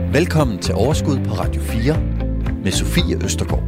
Velkommen til Overskud på Radio 4 med Sofie Østergaard.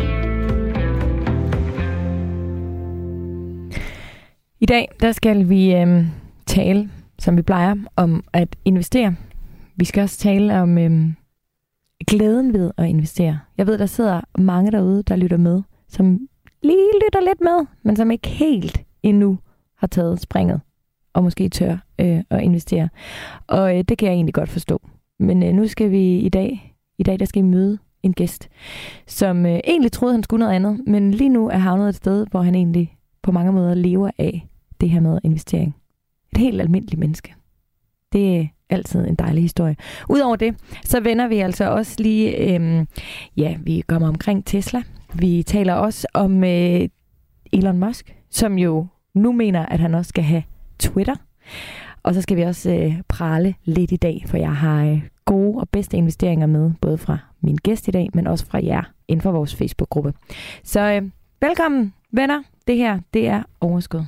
I dag der skal vi tale, som vi plejer, om at investere. Vi skal også tale om glæden ved at investere. Jeg ved, der sidder mange derude, der lytter med, som lige lytter lidt med, men som ikke helt endnu har taget springet og måske tør at investere. Og det kan jeg egentlig godt forstå. Men nu skal vi i dag der skal vi møde en gæst, som egentlig troede, han skulle noget andet, men lige nu er havnet et sted, hvor han egentlig på mange måder lever af det her med investering. Et helt almindeligt menneske. Det er altid en dejlig historie. Udover det, så vender vi altså også lige, vi kommer omkring Tesla. Vi taler også om Elon Musk, som jo nu mener, at han også skal have Twitter. Og så skal vi også prale lidt i dag, for jeg har gode og bedste investeringer med, både fra min gæst i dag, men også fra jer inden for vores Facebook-gruppe. Så velkommen, venner. Det her, det er Overskud.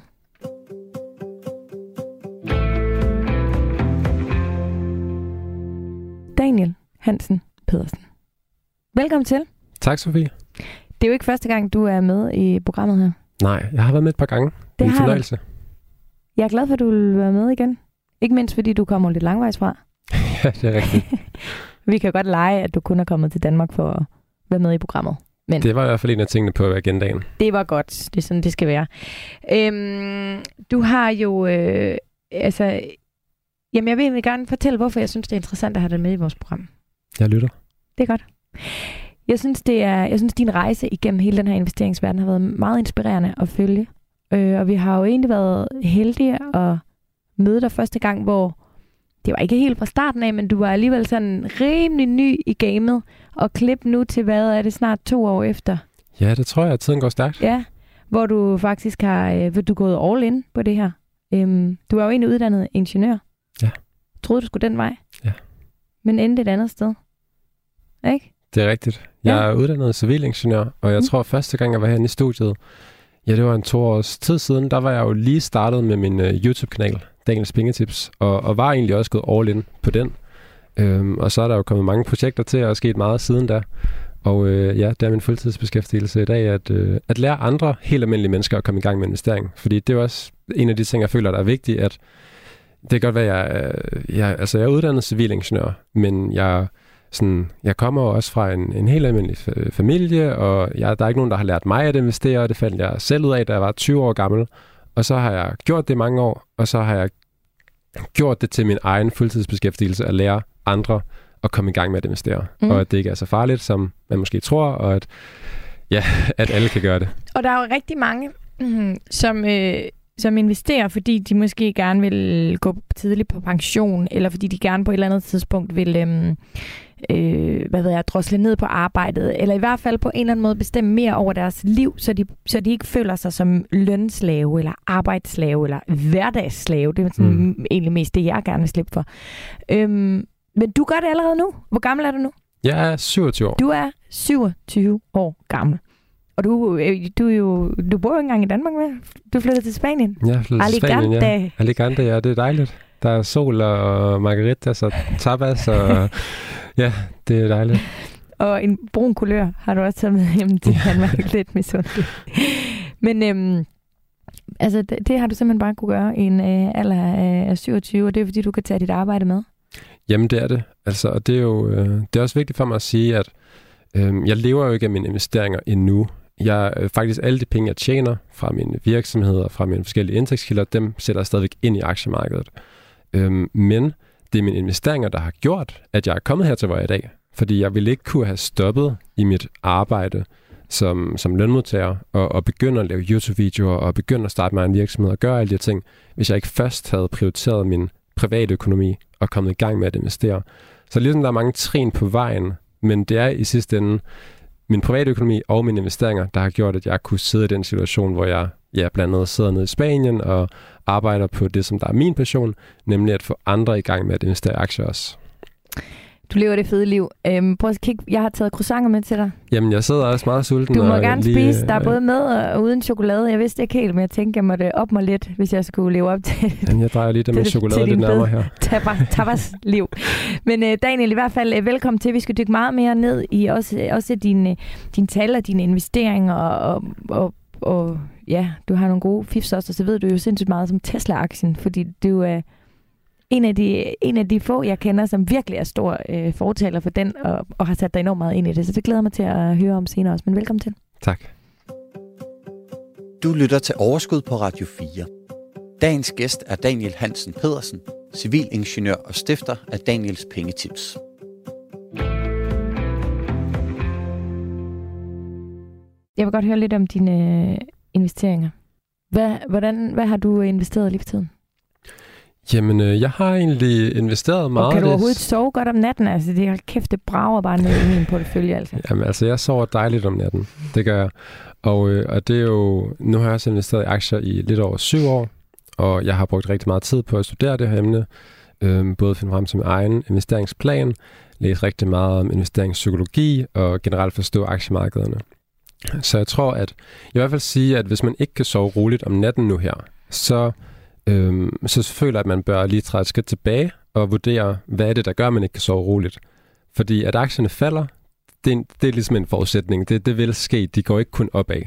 Daniel Hansen Pedersen. Velkommen til. Tak, Sofie. Det er jo ikke første gang, du er med i programmet her. Nej, jeg har været med et par gange. Det er en fornøjelse. Jeg er glad for, at du vil være med igen. Ikke mindst, fordi du kommer lidt langvejs fra. Ja, det er rigtigt. Vi kan godt lege, at du kun er kommet til Danmark for at være med i programmet. Men det var i hvert fald en af tingene på agendaen. Det var godt. Det er sådan, det skal være. Du har jo... jeg vil gerne fortælle, hvorfor jeg synes, det er interessant at have dig med i vores program. Jeg lytter. Det er godt. Jeg synes, din rejse igennem hele den her investeringsverden har været meget inspirerende at følge. Og vi har jo egentlig været heldige at møde dig første gang, hvor det var ikke helt fra starten af, men du var alligevel sådan rimelig ny i gamet, og klip nu til, hvad er det, snart 2 år efter? Ja, det tror jeg, at tiden går stærkt. Ja, hvor du faktisk har gået all in på det her. Du er jo egentlig uddannet ingeniør. Ja. Troede du skulle den vej? Ja. Men endte et andet sted. Ikke? Det er rigtigt. Jeg er uddannet civilingeniør, og jeg tror første gang, jeg var herinde i studiet, det var en 2 års tid siden, der var jeg jo lige startet med min YouTube-kanal, Daniels Pengetips, og var egentlig også gået all in på den. Og så er der jo kommet mange projekter til, og sket meget siden da. Og det er min fuldtidsbeskæftigelse i dag, at lære andre helt almindelige mennesker at komme i gang med investering. Fordi det er også en af de ting, jeg føler, der er vigtigt, at det kan godt være, jeg er uddannet civilingeniør, men jeg kommer jo også fra en helt almindelig familie, og der er ikke nogen, der har lært mig at investere, og det fandt jeg selv ud af, da jeg var 20 år gammel. Og så har jeg gjort det i mange år, og så har jeg gjort det til min egen fuldtidsbeskæftigelse at lære andre at komme i gang med at investere. Og at det ikke er så farligt, som man måske tror, og at alle kan gøre det. Og der er jo rigtig mange, som investerer, fordi de måske gerne vil gå tidligt på pension, eller fordi de gerne på et eller andet tidspunkt vil drosle ned på arbejdet, eller i hvert fald på en eller anden måde bestemme mere over deres liv, så de ikke føler sig som lønslave, eller arbejdsslave, eller hverdagsslave. Det er sådan egentlig mest det, jeg gerne vil slippe for. Men du gør det allerede nu. Hvor gammel er du nu? Jeg er 27 år. Du er 27 år gammel. Og du bor jo ikke engang i Danmark med. Du flyttede til Spanien. Ja, flyttede til Spanien, ja. Alicante, ja, det er dejligt. Der er sol og margaritas og tapas, og ja, det er dejligt. Og en brun kulør har du også taget med hjem til Danmark. Lidt misundelig. Men det har du simpelthen bare kunne gøre i en alder af 27, og det er fordi, du kan tage dit arbejde med. Jamen, det er det. Altså, og det er jo det er også vigtigt for mig at sige, at jeg lever jo ikke af mine investeringer endnu. Faktisk alle de penge, jeg tjener fra mine virksomheder, fra mine forskellige indtægtskilder, dem sætter jeg stadigvæk ind i aktiemarkedet. Men det er mine investeringer, der har gjort, at jeg er kommet her til, hvor jeg er i dag. Fordi jeg ville ikke kunne have stoppet i mit arbejde som lønmodtager og begynde at lave YouTube-videoer og begynde at starte mig en virksomhed og gøre alle de ting, hvis jeg ikke først havde prioriteret min private økonomi og kommet i gang med at investere. Så ligesom der er mange trin på vejen, men det er i sidste ende min private økonomi og mine investeringer, der har gjort, at jeg kunne sidde i den situation, hvor jeg blandt andet sidder nede i Spanien og arbejder på det, som der er min passion, nemlig at få andre i gang med at investere i aktier også. Du lever det fede liv. Prøv at kigge. Jeg har taget croissanter med til dig. Jamen, jeg sidder også meget sulten. Du må gerne spise. Der er både med og uden chokolade. Jeg vidste ikke helt, men jeg tænkte, jeg måtte op mig lidt, hvis jeg skulle leve op til Jamen, jeg drejer lige det med chokolade lidt nærmere her. Tapas liv. Men Daniel, i hvert fald velkommen til. Vi skal dykke meget mere ned i også dine tal og dine investeringer. Og ja, du har nogle gode fifs også, og så ved du jo sindssygt meget som Tesla-aktien, fordi du er en af de få, jeg kender, som virkelig er stor fortaler for den, og har sat dig enormt meget ind i det. Så det glæder mig til at høre om senere også. Men velkommen til. Tak. Du lytter til Overskud på Radio 4. Dagens gæst er Daniel Hansen Pedersen, civilingeniør og stifter af Daniels Pengetips. Jeg vil godt høre lidt om dine investeringer. Hvad har du investeret lige for tiden? Jamen, jeg har egentlig investeret meget. Og kan du overhovedet sove godt om natten? Altså, det er kæft, det brager bare ned i min portefølje, altså. Jamen, altså, jeg sover dejligt om natten. Det gør jeg. Og det er jo... Nu har jeg også investeret i aktier i lidt over 7 år, og jeg har brugt rigtig meget tid på at studere det her emne. Både finde frem til min egen investeringsplan, læse rigtig meget om investeringspsykologi og generelt forstå aktiemarkederne. Så jeg tror, at i hvert fald sige, at hvis man ikke kan sove roligt om natten nu her, så føler jeg, at man bør lige træde et skridt tilbage og vurdere, hvad er det, der gør, at man ikke kan sove roligt. Fordi at aktierne falder, det er ligesom en forudsætning. Det vil ske. De går ikke kun opad.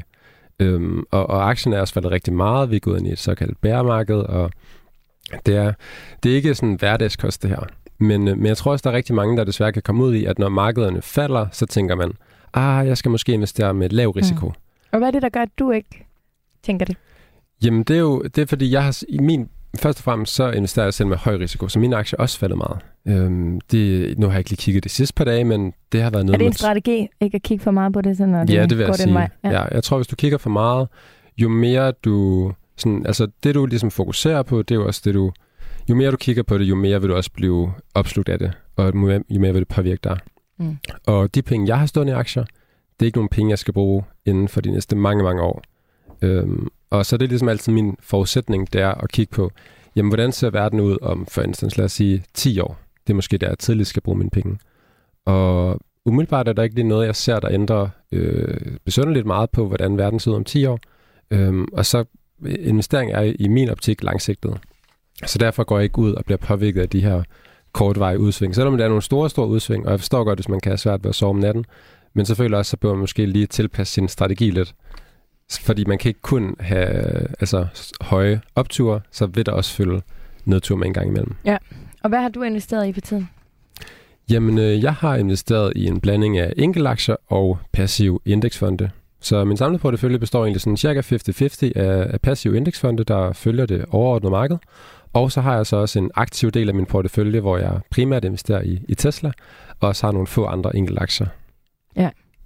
Og aktierne er også faldet rigtig meget. Vi er gået ind i et såkaldt bæremarked, og det er ikke sådan en hverdagskost, det her. Men jeg tror også, der er rigtig mange, der desværre kan komme ud i, at når markederne falder, så tænker man, jeg skal måske investere med lav risiko. Og hvad er det, der gør, at du ikke tænker det? Jamen, det er fordi, jeg har først og fremmest så investerer jeg selv med høj risiko, så mine aktier også faldet meget. Nu har jeg ikke lige kigget det sidste par dage, men det har været noget. Er det en strategi, ikke at kigge for meget på det, sådan, når det vil går jeg sige. Den vej? Ja, jeg tror, hvis du kigger for meget, jo mere du... det du ligesom fokuserer på, det er jo også det du... Jo mere du kigger på det, jo mere vil du også blive opslugt af det, og jo mere vil det påvirke dig. Og de penge, jeg har stående i aktier, det er ikke nogen penge, jeg skal bruge inden for de næste mange, mange år. Og så er det ligesom altid min forudsætning, det er at kigge på, jamen hvordan ser verden ud om, for instance, lad os sige, 10 år. Det er måske der, jeg tidligst skal bruge mine penge. Og umiddelbart er der ikke lige noget, jeg ser, der ændrer besynderligt meget på, hvordan verden ser ud om 10 år. Og så investering er i min optik langsigtet. Så derfor går jeg ikke ud og bliver påvirket af de her kortvarige udsving. Selvom det er nogle store udsving, og jeg forstår godt, hvis man kan have svært ved at sove om natten, men selvfølgelig også, så bør man måske lige tilpasse sin strategi lidt. Fordi man kan ikke kun have høje opture, så vil der også følge nedtur med en gang imellem. Ja, og hvad har du investeret i for tiden? Jamen, jeg har investeret i en blanding af enkeltaktier og passive indeksfonde. Så min samlede portefølje består egentlig sådan cirka 50-50 af passive indeksfonde, der følger det overordnede marked. Og så har jeg så også en aktiv del af min portefølje, hvor jeg primært investerer i Tesla, og også har nogle få andre enkeltaktier. Ja.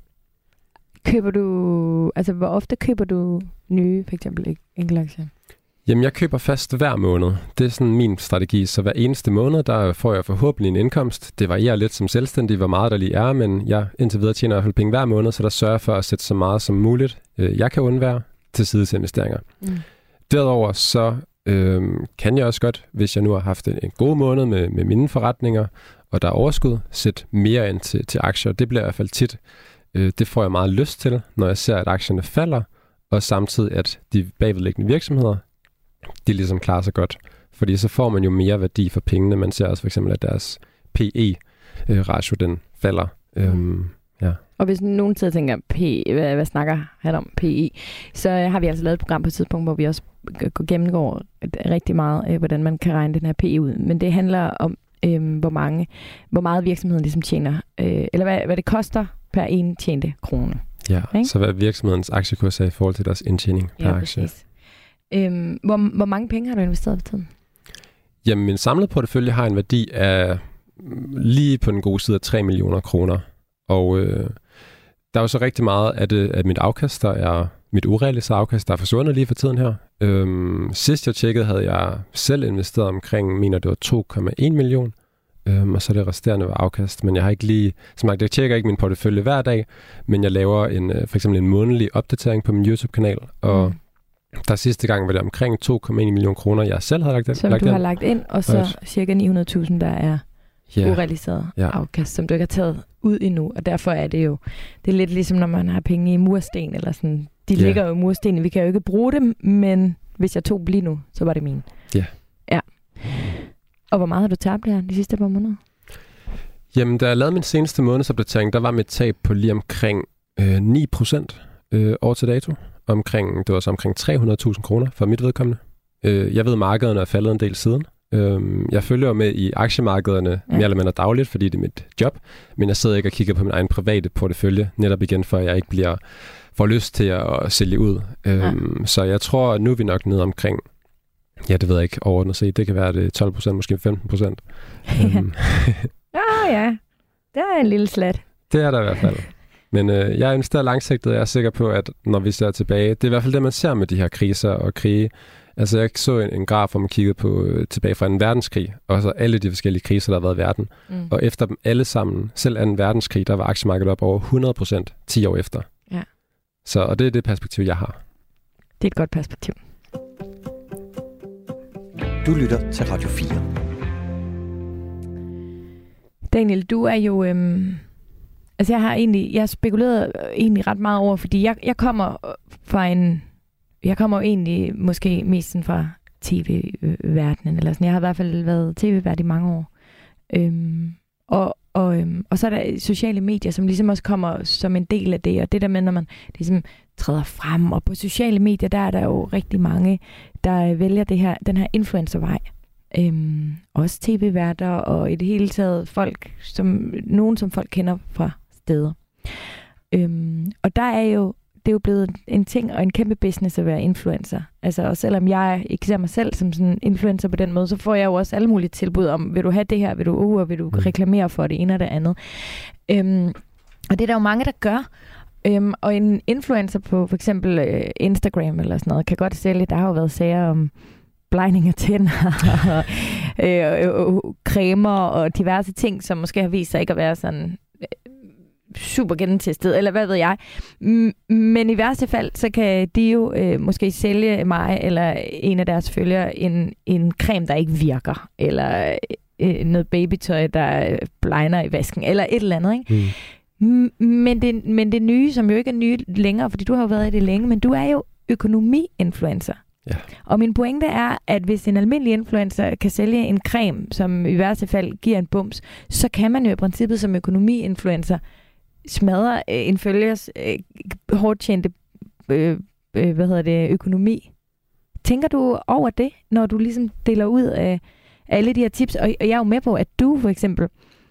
Hvor ofte køber du nye, for eksempel enkeltaktier? Jamen, jeg køber fast hver måned. Det er sådan min strategi. Så hver eneste måned, der får jeg forhåbentlig en indkomst. Det varierer lidt som selvstændig, hvor meget der lige er, men jeg indtil videre tjener i hvert fald penge hver måned, så der sørger for at sætte så meget som muligt, jeg kan undvære til side til investeringer. Derudover så kan jeg også godt, hvis jeg nu har haft en god måned med mine forretninger, og der er overskud, sætte mere ind til aktier. Det bliver i hvert fald tit. Det får jeg meget lyst til, når jeg ser, at aktierne falder, og samtidig, at de bagvedliggende virksomheder, de ligesom klarer sig godt. Fordi så får man jo mere værdi for pengene. Man ser også for eksempel, at deres PE-ratio, den falder. Ja. Og hvis nogen tid tænker, hvad snakker han om PE, så har vi altså lavet et program på et tidspunkt, hvor vi også gennemgår rigtig meget, hvordan man kan regne den her PE ud. Men det handler om, hvor meget virksomheden ligesom tjener, eller hvad det koster per en tjente krone. Ja, ikke? Så hvad virksomhedens aktiekurs er i forhold til deres indtjening per aktie. Præcis. Hvor mange penge har du investeret på tiden? Jamen, min samlede portefølje har en værdi af lige på den gode side af 3 millioner kroner. Og der er jo så rigtig meget af mit afkast, der er mit urealiserede afkast, der er forsvundet lige for tiden her. Sidst jeg tjekkede, havde jeg selv investeret omkring, mener det var 2,1 million. Og så det resterende var afkast. Men jeg har ikke lige... Som sagt, jeg tjekker ikke min portefølje hver dag, men jeg laver for eksempel en månedlig opdatering på min YouTube-kanal. Og der sidste gang var det omkring 2,1 millioner kroner, jeg selv havde lagt ind. Som du har lagt ind, og så cirka 900.000, der er urealiseret afkast, som du ikke har taget ud endnu. Og derfor er det jo, det er lidt ligesom, når man har penge i mursten, eller sådan. De ligger jo i mursten, vi kan jo ikke bruge dem, men hvis jeg tog dem lige nu, så var det mine. Ja. Og hvor meget har du tabt her de sidste par måneder? Jamen, da jeg lavede min seneste månedsopdatering, der var mit tab på lige omkring 9% år til dato. Det var så omkring 300.000 kroner for mit vedkommende. Jeg ved, at markederne er faldet en del siden. Jeg følger med i aktiemarkederne mere eller mindre dagligt, fordi det er mit job. Men jeg sidder ikke og kigger på min egen private portefølje, netop igen, for at jeg ikke får lyst til at sælge ud. Så jeg tror, at nu er vi nok nede omkring, det ved jeg ikke overordnet set, det kan være det 12%, måske 15%. Ja, det er en lille slat. Det er der i hvert fald. Men jeg investerer langsigtet, og jeg er sikker på, at når vi ser tilbage, det er i hvert fald det, man ser med de her kriser og krige. Altså jeg så en graf, hvor man kiggede på tilbage fra en verdenskrig, og så alle de forskellige kriser, der har været i verden. Og efter dem alle sammen, selv 2. verdenskrig, der var aktiemarkedet op over 100% 10 år efter. Ja. Og det er det perspektiv, jeg har. Det er et godt perspektiv. Du lytter til Radio 4. Daniel, du er jo... jeg spekulerede egentlig ret meget over, fordi jeg kommer fra jeg kommer jo egentlig måske mest sådan fra tv-verdenen, eller sådan. Jeg har i hvert fald været tv-vært i mange år. Og så er der sociale medier, som ligesom også kommer som en del af det, og det der med, når man ligesom træder frem, og på sociale medier, der er der jo rigtig mange, der vælger den her influencervej. Også tv-værter, og i det hele taget nogen, som folk kender fra steder. Og det er jo blevet en ting og en kæmpe business at være influencer. Altså, og selvom jeg ikke ser mig selv som sådan en influencer på den måde, så får jeg jo også alle mulige tilbud om, vil du have det her, vil du reklamere for det ene og det andet. Og det er der jo mange, der gør. Og en influencer på for eksempel Instagram eller sådan noget, kan godt sælge. Der har jo været sager om blegning af tænder og cremer og diverse ting, som måske har vist sig ikke at være sådan super gennemtestet, eller hvad ved jeg. Men i værste fald, så kan de jo måske sælge mig eller en af deres følgere en creme, der ikke virker, eller noget babytøj, der blegner i vasken, eller et eller andet, ikke? Men det nye, som jo ikke er nye længere, fordi du har jo været i det længe, men du er jo økonomi-influencer. Ja. Og min pointe er, at hvis en almindelig influencer kan sælge en creme, som i værste fald giver en bums, så kan man jo i princippet som økonomi-influencer smadre en følgers hårdt tjente økonomi. Tænker du over det, når du ligesom deler ud af alle de her tips? Og jeg er jo med på, at du for eksempel,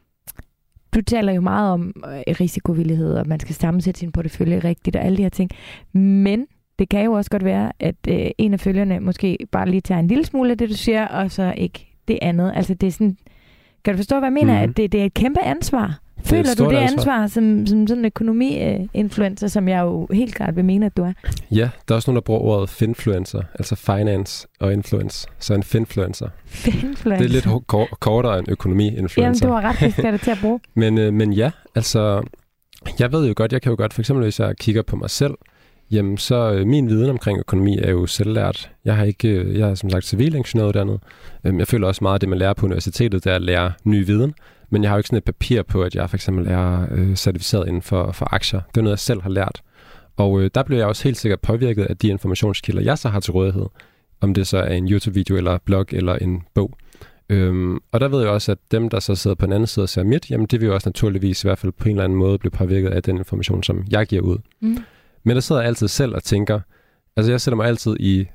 du taler jo meget om risikovillighed, og man skal sammensætte sin portefølje rigtigt, og alle de her ting. Men det kan jo også godt være, at en af følgerne måske bare lige tager en lille smule af det, du siger, og så ikke det andet. Altså det er sådan, kan du forstå, hvad jeg mener? At det er et kæmpe ansvar. Føler du det ansvar som sådan en økonomi-influencer, som jeg jo helt klart vil mene, at du er? Ja, der er også nogen, der bruger ordet finfluencer, altså finance og influence. Så en finfluencer. Finfluencer. Det er lidt kortere end økonomi-influencer. Jamen, du har ret, det skal du til at bruge. Men ja, altså, jeg kan jo godt, for eksempel hvis jeg kigger på mig selv, jamen så min viden omkring økonomi er jo selvlært. Jeg er som sagt civilingeniøruddannet. Jeg føler også meget, at det, man lærer på universitetet, det er at lære ny viden. Men jeg har jo ikke sådan et papir på, at jeg for eksempel er certificeret inden for aktier. Det er noget, jeg selv har lært. Og der bliver jeg også helt sikkert påvirket af de informationskilder, jeg så har til rådighed. Om det så er en YouTube-video, eller blog, eller en bog. Og der ved jeg også, at dem, der så sidder på den anden side og ser mit, jamen det vil jo også naturligvis i hvert fald på en eller anden måde blive påvirket af den information, som jeg giver ud. Men der sidder jeg altid selv og tænker, altså jeg sætter mig altid i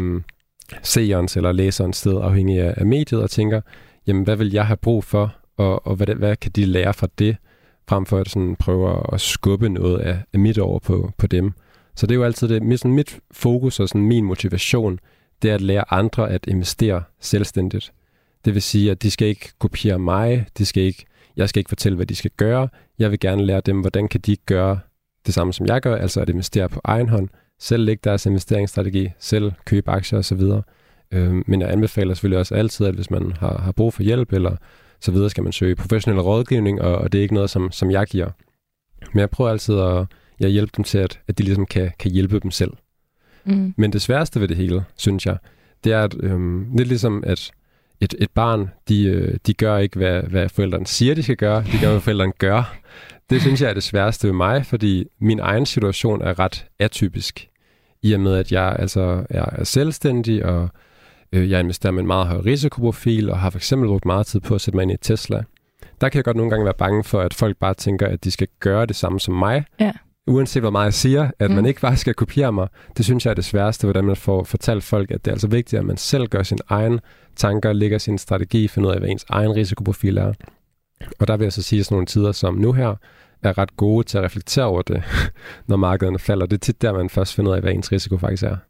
seerens eller læserens sted, afhængig af mediet, og tænker, jamen hvad vil jeg have brug for, og hvad kan de lære fra det, frem for at sådan prøve at skubbe noget af mit over på dem. Så det er jo altid det, sådan mit fokus og sådan min motivation, det er at lære andre at investere selvstændigt. Det vil sige, at de skal ikke kopiere mig, jeg skal ikke fortælle, hvad de skal gøre. Jeg vil gerne lære dem, hvordan kan de gøre det samme, som jeg gør, altså at investere på egen hånd, selv lægge deres investeringsstrategi, selv købe aktier osv. Men jeg anbefaler selvfølgelig også altid, at hvis man har brug for hjælp, eller så videre, skal man søge professionel rådgivning, og det er ikke noget, som jeg giver. Men jeg prøver altid at hjælpe dem til, at de ligesom kan hjælpe dem selv. Men det sværeste ved det hele, synes jeg, det er, at lidt ligesom, at et barn, de gør ikke, hvad forældrene siger, de skal gøre. De gør, hvad forældrene gør. Det synes jeg er det sværeste ved mig, fordi min egen situation er ret atypisk. I og med, at jeg er selvstændig, og jeg investerer med en meget høj risikoprofil, og har for eksempel brugt meget tid på at sætte mig ind i Tesla. Der kan jeg godt nogle gange være bange for, at folk bare tænker, at de skal gøre det samme som mig. Ja. Uanset hvor meget jeg siger, at man ikke bare skal kopiere mig. Det synes jeg er det sværeste, hvordan man får fortalt folk, at det er altså vigtigt, at man selv gør sine egne tanker, lægger sin strategi, finder ud af, hvad ens egen risikoprofil er. Og der vil jeg så sige, at sådan nogle tider som nu her, er ret gode til at reflektere over det, når markederne falder. Det er tit der, man først finder ud af, hvad ens risiko faktisk er.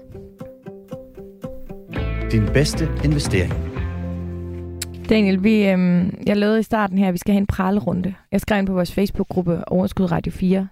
Din bedste investering. Daniel, jeg lavede i starten her, at vi skal have en pralerunde. Jeg skrev ind på vores Facebook-gruppe Overskud Radio 4,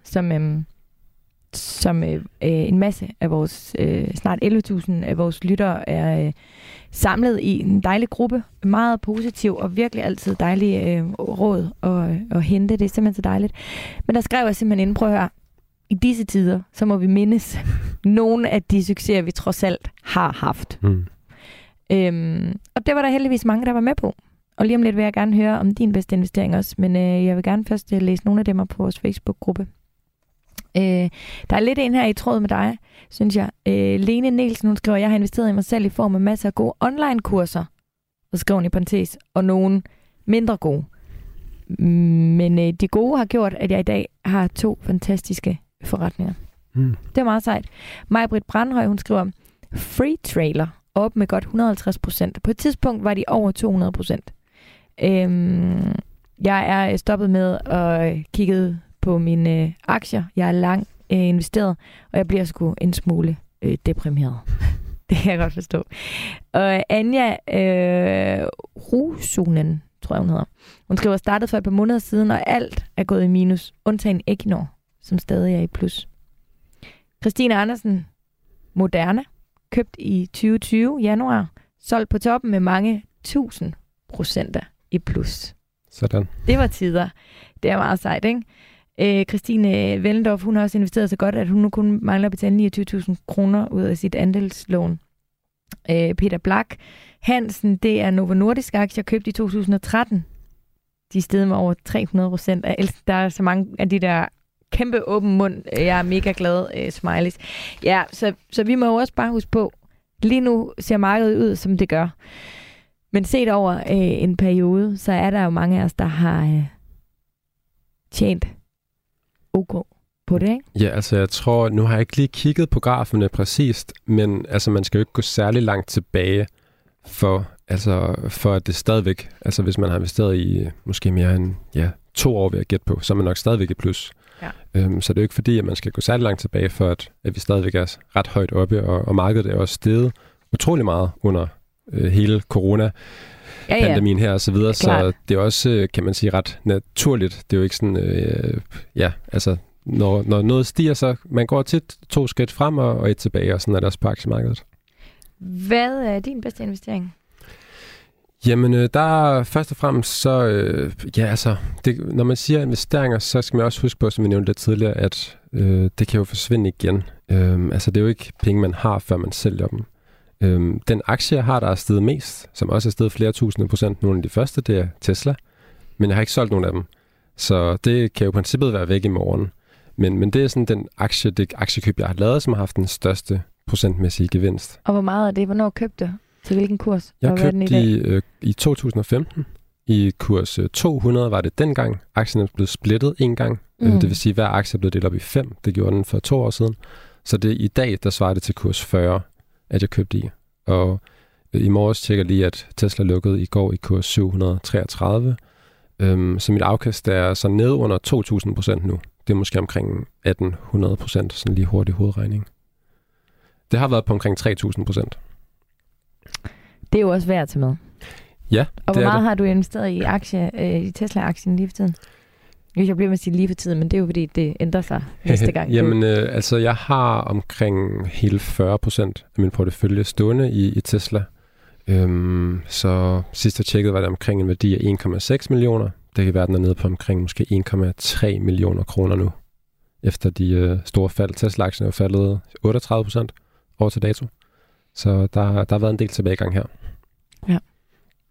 som en masse af vores, snart 11.000 af vores lyttere er samlet i en dejlig gruppe. Meget positiv og virkelig altid dejlig råd at hente. Det er simpelthen så dejligt. Men der skrev jeg simpelthen ind, prøv at høre, i disse tider, så må vi mindes nogle af de succeser, vi trods alt har haft. Og det var der heldigvis mange, der var med på. Og lige om lidt vil jeg gerne høre om din bedste investering også. Men jeg vil gerne først læse nogle af dem op på vores Facebook-gruppe. Der er lidt en her i tråd med dig, synes jeg. Lene Nielsen, hun skriver, jeg har investeret i mig selv i form af masser af gode online-kurser. Og skriver hun i parentes, og nogle mindre gode. Men de gode har gjort, at jeg i dag har 2 fantastiske forretninger. Det er meget sejt. Maj-Britt Brandhøj, hun skriver, free trailer op med godt 150%. På et tidspunkt var de over 200%. Jeg er stoppet med at kigge på mine aktier. Jeg er langt investeret, og jeg bliver sgu en smule deprimeret. Det kan jeg godt forstå. Og Anja Rusunen, tror jeg hun hedder. Hun skriver, startet for et par måneder siden, og alt er gået i minus, undtagen Equinor, som stadig er i plus. Christine Andersen, Moderne, købt i 2020 januar, solgt på toppen med mange 1000% i plus. Sådan. Det var tider. Det er meget sejt, ikke? Christine Wellendorf, hun har også investeret så godt, at hun nu kun mangler at betale 29.000 kroner ud af sit andelslån. Peter Black Hansen, det er Novo Nordisk aktier, købt i 2013. De er steget med over 300%. Der er så mange af de der kæmpe åben mund. Jeg er mega glad, smileys. Ja, så vi må jo også bare huske på, lige nu ser markedet ud, som det gør. Men set over en periode, så er der jo mange af os, der har tjent OK på det, ikke? Ja, altså jeg tror, nu har jeg ikke lige kigget på graferne præcist, men altså man skal jo ikke gå særlig langt tilbage for at det stadigvæk, altså hvis man har investeret i måske mere end 2 år ved at gætte på, så er man nok stadigvæk i plus. Ja. Så det er jo ikke fordi, at man skal gå særlig langt tilbage for, at vi stadigvæk er ret højt oppe, og markedet er også steget utrolig meget under hele corona-pandemien her og så videre, så det er også, kan man sige, ret naturligt. Det er jo ikke sådan, når noget stiger, så man går tit 2 skridt frem og 1 tilbage, og sådan er det også på aktiemarkedet. Hvad er din bedste investering? Jamen, der først og fremmest så, når man siger investeringer, så skal man også huske på, som vi nævnte lidt tidligere, at det kan jo forsvinde igen. Det er jo ikke penge, man har, før man sælger dem. Den aktie, jeg har, der er steget mest, som også er steget flere tusinde %, nogle af de første, det er Tesla. Men jeg har ikke solgt nogen af dem. Så det kan jo i princippet være væk i morgen. Men det er sådan det aktiekøb, jeg har lavet, som har haft den største procentmæssige gevinst. Og hvor meget af det? Hvornår købte du? Til hvilken kurs? Jeg købte i 2015. I kurs 200 var det dengang. Aktien er blevet splittet en gang. Det vil sige, at hver aktie er blevet delt op i 5. Det gjorde den for 2 år siden. Så det i dag, der svarer det til kurs 40, at jeg købte i. Og i morges tjekker lige, at Tesla lukkede i går i kurs 733. Så mit afkast er så ned under 2.000% nu. Det er måske omkring 1.800%, sådan lige hurtig hovedregning. Det har været på omkring 3.000%. Det er jo også værd at tage med. Ja, og hvor meget har du investeret i Tesla-aktien lige for tiden? Jeg bliver med at sige lige for tiden, men det er jo fordi, det ændrer sig næste gang. Jamen, jeg har omkring hele 40% af min portefølje stående i Tesla. Så sidst jeg tjekkede, var det omkring en værdi af 1,6 millioner. Det kan være, den er nede på omkring måske 1,3 millioner kroner nu. Efter de store fald. Tesla-aktien er jo faldet 38% over til dato. Så der har været en del tilbagegang her. Ja.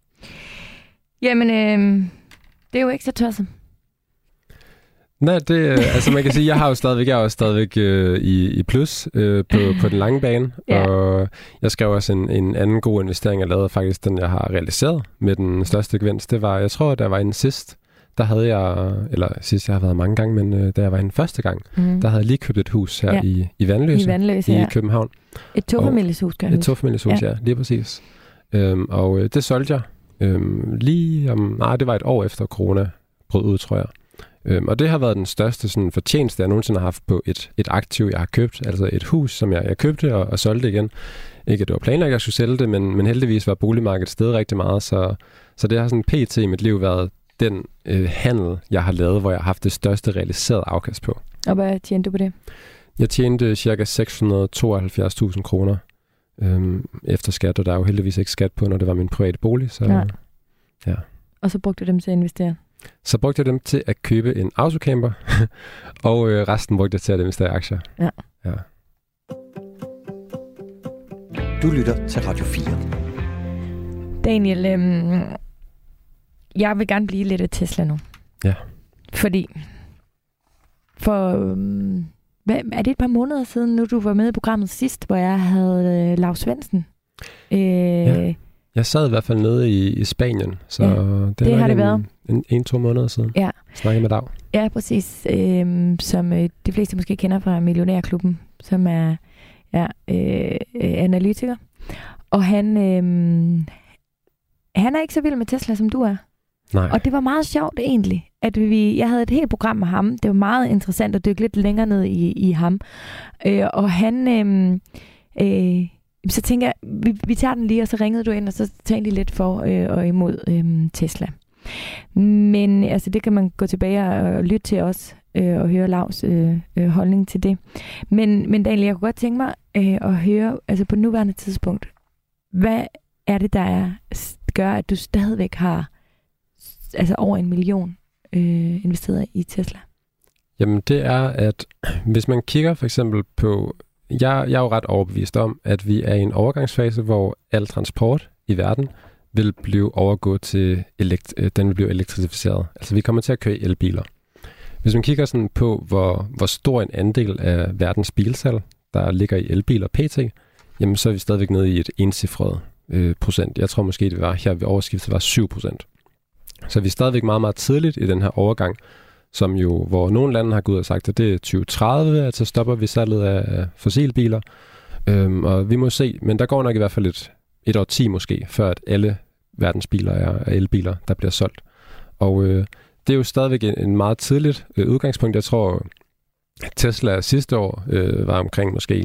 Jamen, det er jo ikke så tosset. Nej, altså man kan sige, jeg er jo stadigvæk i plus på den lange bane, og jeg skrev også en anden god investering, jeg lavede faktisk den, jeg har realiseret med den største gevinst. Det var, jeg tror, der var en sidst, der havde jeg, eller sidst jeg har været mange gange, men da jeg var en første gang, der havde jeg lige købt et hus her i Vanløse i København. Et tofamilieshus, kan jeg huske. Et tofamilieshus, ja, lige præcis. Og det solgte jeg det var et år efter corona brød ud, tror jeg. Og det har været den største sådan, fortjeneste, jeg nogensinde har haft på et aktiv, jeg har købt. Altså et hus, som jeg købte og solgte igen. Ikke at det var planlagt, at jeg skulle sælge det, men heldigvis var boligmarkedet steget rigtig meget. Så det har sådan pt. I mit liv været den handel, jeg har lavet, hvor jeg har haft det største realiserede afkast på. Og hvad tjente du på det? Jeg tjente ca. 672.000 kroner efter skat, og der er jo heldigvis ikke skat på, når det var min private bolig. Så, ja. Og så brugte du dem til at investere? Så brugte jeg dem til at købe en autocamper, og resten brugte jeg til at investere i aktier. Ja. Du lytter til Radio 4. Daniel, jeg vil gerne blive lidt af Tesla nu. Ja. Fordi er det et par måneder siden, nu du var med i programmet sidst, hvor jeg havde Lars Svendsen? Ja. Jeg sad i hvert fald nede i Spanien, så det har det været. 1-2 måneder siden. Ja. Snakkede med Dag. Ja, præcis. Som de fleste måske kender fra Millionærklubben, som er analytiker. Og han er ikke så vild med Tesla, som du er. Nej. Og det var meget sjovt egentlig, at jeg havde et helt program med ham. Det var meget interessant at dykke lidt længere ned i ham. Og han... så tænker jeg, vi tager den lige, og så ringede du ind, og så talte lidt for og imod Tesla. Men altså, det kan man gå tilbage og lytte til os, og høre Lavs holdning til det. Men Daniel, jeg kunne godt tænke mig at høre, altså på nuværende tidspunkt, hvad er det, der gør, at du stadigvæk har altså over 1 million investeret i Tesla? Jamen, det er, at hvis man kigger for eksempel på... Jeg er jo ret overbevist om, at vi er i en overgangsfase, hvor al transport i verden vil blive overgået til den vil blive elektrificeret. Altså vi kommer til at køre i elbiler. Hvis man kigger sådan på, hvor stor en andel af verdens bilsalg, der ligger i elbiler pt., jamen så er vi stadigvæk nede i et encifret procent. Jeg tror måske, det var her ved årsskiftet var 7%. Så vi er stadigvæk meget, meget tidligt i den her overgang, som jo, hvor nogle lande har gået og sagt, at det er 2030, at så stopper vi salget af fossilbiler. Og vi må se, men der går nok i hvert fald et år 10 måske, før at alle verdens biler er elbiler, der bliver solgt. Og det er jo stadigvæk en meget tidligt udgangspunkt. Jeg tror, at Tesla sidste år var omkring måske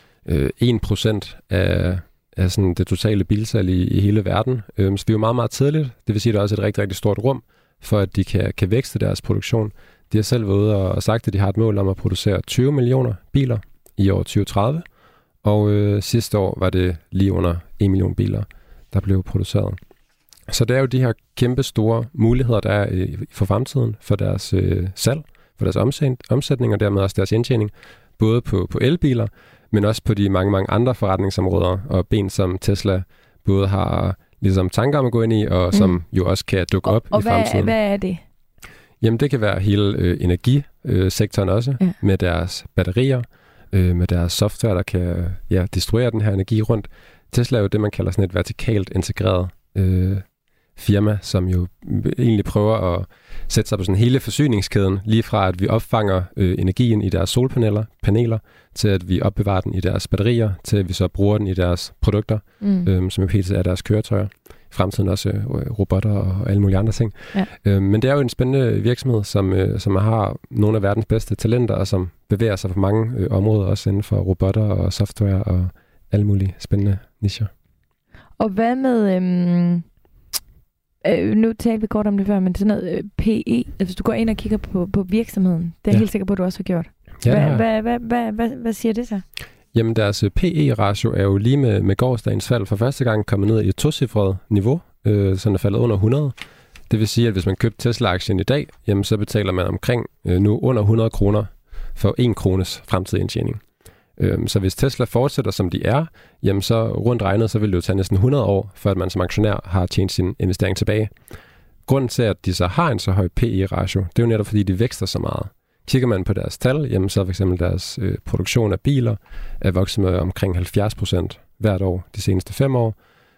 1% af sådan det totale bilsalg i hele verden. Så vi er jo meget, meget tidligt. Det vil sige, at der er også et rigtig, rigtig stort rum, for at de kan vækste deres produktion. De har selv været ude og sagt, at de har et mål om at producere 20 millioner biler i år 2030. Og sidste år var det lige under 1 million biler, der blev produceret. Så det er jo de her kæmpe store muligheder, der er for fremtiden for deres salg, for deres omsætning og dermed også deres indtjening, både på elbiler, men også på de mange, mange andre forretningsområder og ben, som Tesla både har ligesom tanker om at gå ind i, og som jo også kan dukke op i fremtiden. Og hvad er det? Jamen det kan være hele energisektoren også, med deres batterier, med deres software, der kan distribuere den her energi rundt. Tesla er jo det, man kalder sådan et vertikalt integreret firma, som jo egentlig prøver at sætte sig på sådan hele forsyningskæden, lige fra at vi opfanger energien i deres solpaneler, til at vi opbevarer den i deres batterier, til at vi så bruger den i deres produkter, som jo helt er deres køretøjer. I fremtiden også robotter og alle mulige andre ting. Ja. Men det er jo en spændende virksomhed, som har nogle af verdens bedste talenter, og som bevæger sig på mange områder, også inden for robotter og software og alle mulige spændende nicher. Og hvad med... nu talte vi kort om det før, men sådan noget PE, altså hvis du går ind og kigger på virksomheden, det er jeg helt sikker på, at du også har gjort. Ja, hvad siger det så? Jamen deres PE-ratio er jo lige med gårsdagens fald for første gang kommet ned i et 2-cifret niveau, sådan er faldet under 100. Det vil sige, at hvis man købte Tesla-aktien i dag, jamen så betaler man omkring nu under 100 kroner for 1 krones fremtidig indtjening. Så hvis Tesla fortsætter, som de er, jamen så rundt regnet, så vil det jo tage næsten 100 år, før at man som aktionær har tjent sin investering tilbage. grunden til, at de så har en så høj PE-ratio, det er jo netop, fordi de vækster så meget. Kigger man på deres tal, jamen så er for eksempel deres produktion af biler er vokset med omkring 70% hvert år de seneste 5 år.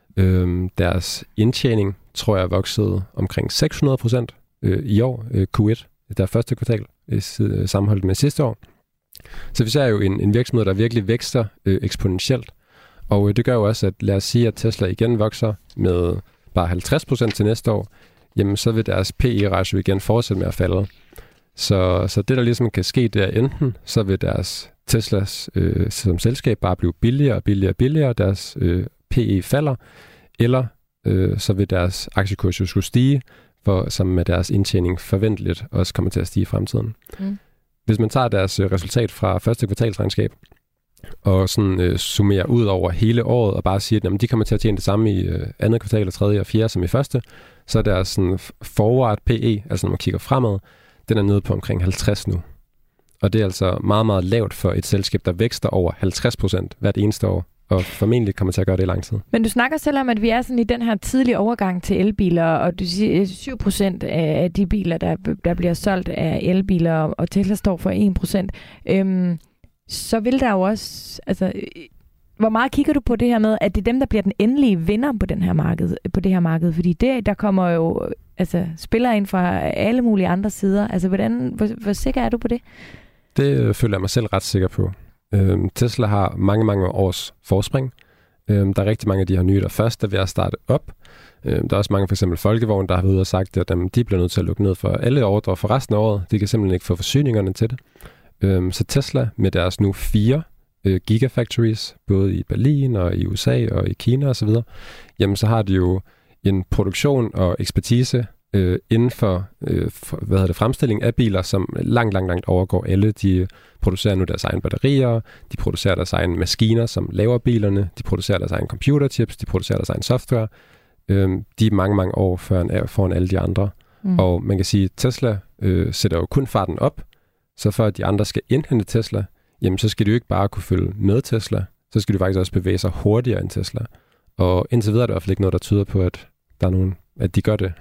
Deres indtjening, tror jeg, er vokset omkring 600% i år, Q1, der første kvartal, sammenholdt med sidste år. Så vi ser jo en virksomhed, der virkelig vækster eksponentielt. Og det gør jo også, at lad os sige, at Tesla igen vokser med bare 50% til næste år, jamen så vil deres PE-ratio igen fortsætte med at falde. Så det, der ligesom kan ske, det er enten, så vil deres Teslas som selskab bare blive billigere og billigere og billigere, deres PE falder, eller så vil deres aktiekurs jo skulle stige, som med deres indtjening forventeligt også kommer til at stige i fremtiden. Hvis man tager deres resultat fra første kvartalsregnskab, og sådan summerer ud over hele året, og bare siger, at jamen, de kommer til at tjene det samme i andet kvartal, og tredje og fjerde som i første, så er deres sådan forward PE, altså når man kigger fremad, den er nede på omkring 50 nu. Og det er altså meget, meget lavt for et selskab, der vækster over 50% hvert eneste år, og formentlig kommer til at gøre det i lang tid. Men du snakker selv om, at vi er sådan i den her tidlige overgang til elbiler, og du siger 7% af de biler, der bliver solgt af elbiler, og Tesla står for 1%. Så vil der jo også, altså, hvor meget kigger du på det her med, at det er dem, der bliver den endelige vinder på det her marked? Fordi der kommer jo spillere ind fra alle mulige andre sider. Altså, hvor sikker er du på det? Det føler jeg mig selv ret sikker på. Tesla har mange, mange års forspring. Der er rigtig mange af de her nye, der først er ved at starte op. Der er også mange, for eksempel Folkevogn, der har været ude og sagt, at de bliver nødt til at lukke ned for alle ordre for resten af året. De kan simpelthen ikke få forsyningerne til det. Så Tesla med deres nu 4 gigafactories, både i Berlin og i USA og i Kina osv., jamen så har de jo en produktion og ekspertise inden for fremstilling af biler, som langt overgår alle. De producerer nu deres egne batterier, de producerer deres egne maskiner, som laver bilerne, de producerer deres egne computerchips, de producerer deres egen software. De er mange, mange år foran alle de andre. Og man kan sige, at Tesla sætter jo kun farten op, så for at de andre skal indhente Tesla, jamen så skal de jo ikke bare kunne følge med Tesla, så skal de faktisk også bevæge sig hurtigere end Tesla. Og indtil videre er der i hvert fald ikke noget, der tyder på, at der er nogen, at de gør det.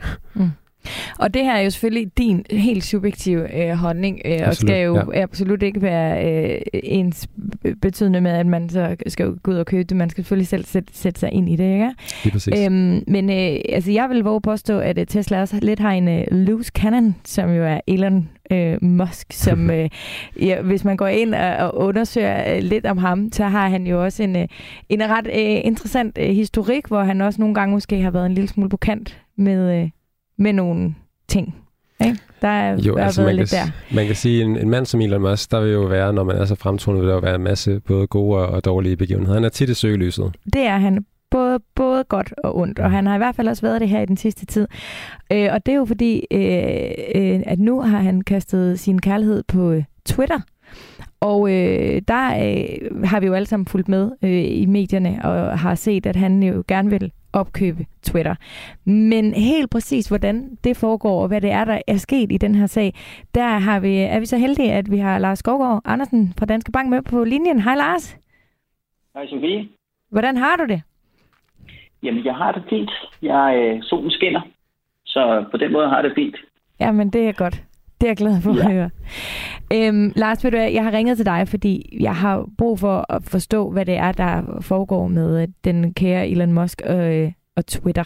Og det her er jo selvfølgelig din helt subjektive holdning, og skal jo absolut ikke være ens betydende med, at man så skal gå ud og købe det. Man skal selvfølgelig selv sætte sig ind i det, ikke? Lige præcis. Men jeg vil våge påstå, at Tesla også lidt har en loose cannon, som jo er Elon Musk, som hvis man går ind og undersøger lidt om ham, så har han jo også en ret interessant historik, hvor han også nogle gange måske har været en lille smule på kant med nogle ting. Ikke? Der er været lidt der. Man kan sige, en mand som Elon Musk, der vil jo være, når man er så fremtonet, vil der jo være en masse både gode og dårlige begivenheder. Han er tit i søgelyset. Det er han. Både godt og ondt, og han har i hvert fald også været det her i den sidste tid. Og det er jo fordi, at nu har han kastet sin kærlighed på Twitter. Og der har vi jo alle sammen fulgt med i medierne og har set, at han jo gerne vil opkøbe Twitter. Men helt præcis, hvordan det foregår og hvad det er, der er sket i den her sag, der er vi så heldige, at vi har Lars Skovgaard Andersen fra Danske Bank med på linjen. Hej Lars. Hej Sofie. Hvordan har du det? Jamen, jeg har det fint. Solen skinner, så på den måde har det fint. Jamen, det er godt. Det er jeg glad for at høre. Lars, ved du, jeg har ringet til dig, fordi jeg har brug for at forstå, hvad det er, der foregår med den kære Elon Musk og Twitter.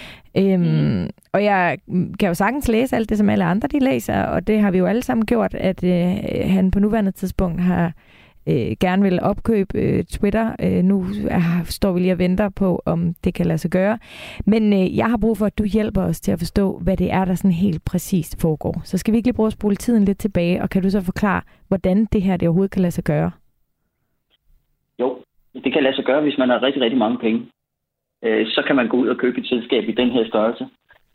Og jeg kan jo sagtens læse alt det, som alle andre de læser, og det har vi jo alle sammen gjort, at han på nuværende tidspunkt har gerne vil opkøbe Twitter. Nu står vi lige og venter på, om det kan lade sig gøre. Men jeg har brug for, at du hjælper os til at forstå, hvad det er, der sådan helt præcist foregår. Så skal vi ikke lige prøve at spole tiden lidt tilbage, og kan du så forklare, hvordan det her det overhovedet kan lade sig gøre? Jo, det kan lade sig gøre, hvis man har rigtig, rigtig mange penge. Så kan man gå ud og købe et selskab i den her størrelse.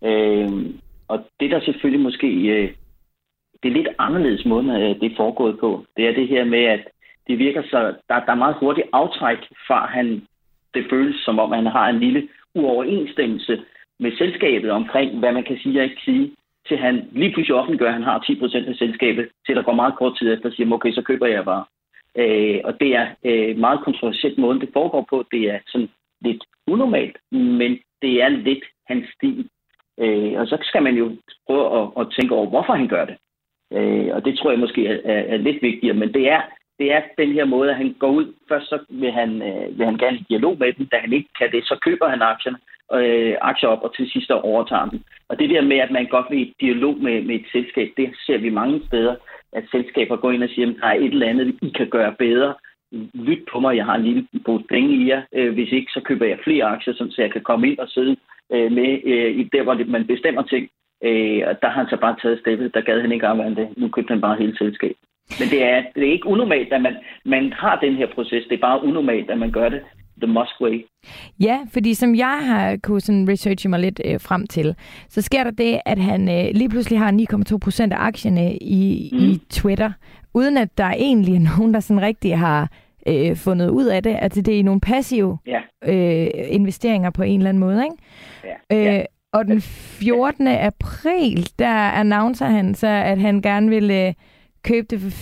Og det der selvfølgelig måske, det er lidt anderledes måde, det er foregået på. Det er det her med, at det virker så, der er meget hurtigt aftræk fra, det føles som om, han har en lille uoverensstemmelse med selskabet omkring, hvad man kan sige og ikke sige, til han lige pludselig offentliggør, at han har 10% af selskabet, til der går meget kort tid efter og siger, okay, så køber jeg bare. Og det er meget kontroversielt måde, det foregår på. Det er sådan lidt unormalt, men det er lidt hans stil. Og så skal man jo prøve at tænke over, hvorfor han gør det. Og det tror jeg måske er lidt vigtigere, men det er den her måde, at han går ud. Først så vil han gerne i dialog med dem. Da han ikke kan det, så køber han aktier op, og til sidst overtager dem. Og det der med, at man godt vil i dialog med et selskab, det ser vi mange steder, at selskaber går ind og siger, at der er et eller andet, I kan gøre bedre. Lyt på mig, jeg har en lille pose penge i jer. Hvis ikke, så køber jeg flere aktier, så jeg kan komme ind og sidde med i der, hvor man bestemmer ting. Og der har han så bare taget steppet. Der gad han ikke arbejde det. Nu købte han bare hele selskabet. Men det er ikke unormalt, at man har den her proces. Det er bare unormalt, at man gør det the Musk way. Ja, fordi som jeg har kunnet sådan researche mig lidt frem til, så sker der det, at han lige pludselig har 9,2% af aktierne i Twitter, uden at der egentlig er nogen, der sådan rigtig har fundet ud af det. Altså det er i nogle passive investeringer på en eller anden måde, ikke? Ja. Og den 14. april, der annoncer han så, at han gerne vil købe det for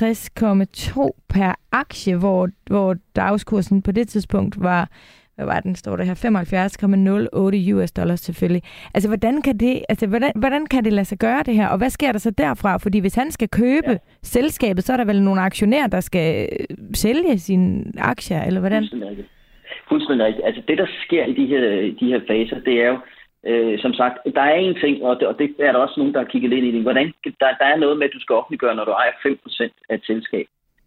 54,2 per aktie, hvor dagskursen på det tidspunkt var, hvad var den, står der her, 75,08 US dollars selvfølgelig. Altså, hvordan kan det lade sig gøre det her? Og hvad sker der så derfra? Fordi hvis han skal købe selskabet, så er der vel nogle aktionærer, der skal sælge sine aktier, eller hvordan? Fuldstændig rigtigt. Altså, det, der sker i de her faser, det er jo, som sagt, der er en ting, og det er der også nogen, der har kigget lidt i det. Hvordan, der er noget med, at du skal offentliggøre, når du ejer 5% af et selskab.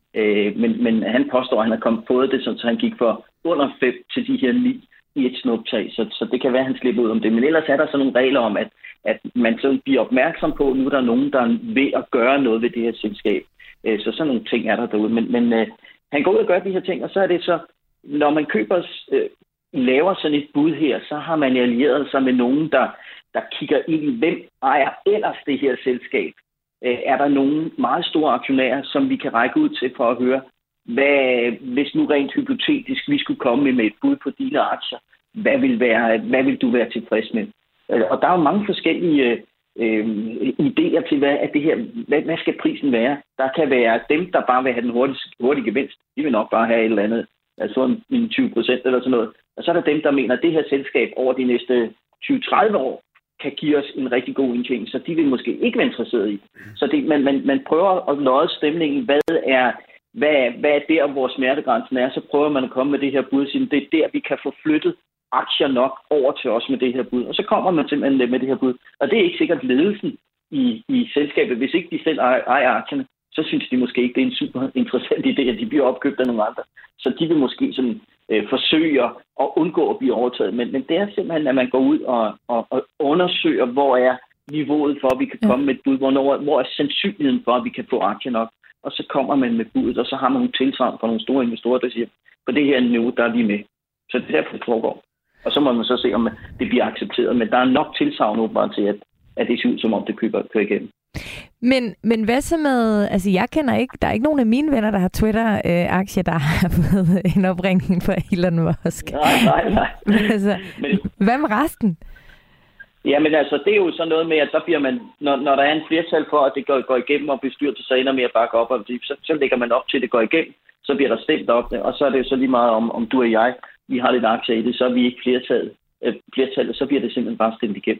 Men han påstår, at han har kommet på det, så han gik for under 5 til de her 9 i et snuptag. Så det kan være, at han slipper ud om det. Men ellers er der sådan nogle regler om, at man så bliver opmærksom på, nu er der nogen, der er ved at gøre noget ved det her selskab. Så sådan nogle ting er der derude. Men han går ud og gør de her ting, og så er det så, når man køber laver sådan et bud her, så har man allieret sig med nogen, der kigger ind i, hvem ejer ellers det her selskab. Er der nogle meget store aktionærer, som vi kan række ud til for at høre, hvis nu rent hypotetisk vi skulle komme med et bud på dine aktier, hvad vil du være tilfreds med? Og der er jo mange forskellige idéer til, hvad skal prisen være? Der kan være dem, der bare vil have den hurtige gevinst. De vil nok bare have et eller andet, altså en 20% eller sådan noget. Og så er der dem, der mener, at det her selskab over de næste 20-30 år kan give os en rigtig god indtjening, så de vil måske ikke være interesseret i. Så man prøver at lodde stemningen, hvad er der, hvor smertegrænsen er, så prøver man at komme med det her bud, og det er der, vi kan få flyttet aktier nok over til os med det her bud. Og så kommer man simpelthen med det her bud. Og det er ikke sikkert ledelsen i selskabet. Hvis ikke de selv ejer aktierne, så synes de måske ikke, det er en super interessant idé, at de bliver opkøbt af nogle andre. Så de vil måske sådan forsøge at undgå at blive overtaget. Men det er simpelthen, at man går ud og undersøger, hvor er niveauet for, at vi kan komme med et bud, hvor er sandsynligheden for, at vi kan få aktier nok. Og så kommer man med budet, og så har man nogle tilsagn fra nogle store investorer, der siger, på det her niveau, der er vi med. Så det er derfor, det foregår. Og så må man så se, om det bliver accepteret. Men der er nok tilsagn åbenbart til, at det ser ud, som om det kører igennem. Men hvad så med, altså jeg kender ikke, der er ikke nogen af mine venner, der har Twitter-aktier, der har fået en opringning fra Elon Musk. Nej. Altså, hvad med resten? Jamen altså, det er jo sådan noget med, at så bliver man, når der er en flertal for, at det går igennem, og bestyrelsen så ender med at bakke op, og så lægger man op til, at det går igennem, så bliver der stemt op, og så er det jo så lige meget om du og jeg, vi har lidt aktier i det, så er vi ikke flertallet, så bliver det simpelthen bare stemt igennem.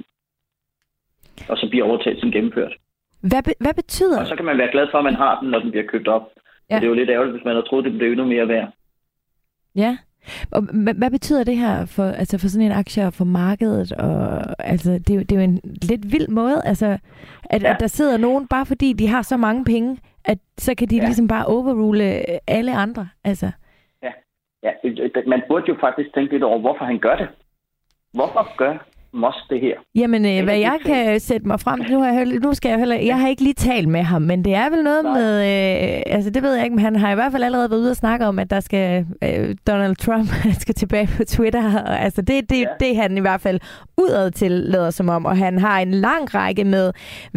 Og så bliver overtagelsen gennemført. Hvad betyder? Og så kan man være glad for, at man har den, når den bliver købt op. Ja. Det er jo lidt ærgerligt, hvis man har troet, det blev endnu mere værd. Ja. Og hvad betyder det her for sådan en aktie for markedet? Og, altså, det er jo en lidt vild måde, altså, at der sidder nogen, bare fordi de har så mange penge, at så kan de ligesom bare overrule alle andre. Altså. Ja, man burde jo faktisk tænke lidt over, hvorfor han gør det. Hvorfor gør Musk det her? Jamen, hvad jeg kan sætte mig frem, jeg har ikke lige talt med ham, men det er vel noget med, altså det ved jeg ikke, men han har i hvert fald allerede været ude og snakke om, at der skal Donald Trump skal tilbage på Twitter, og altså det han i hvert fald udad til lader som om, og han har en lang række med,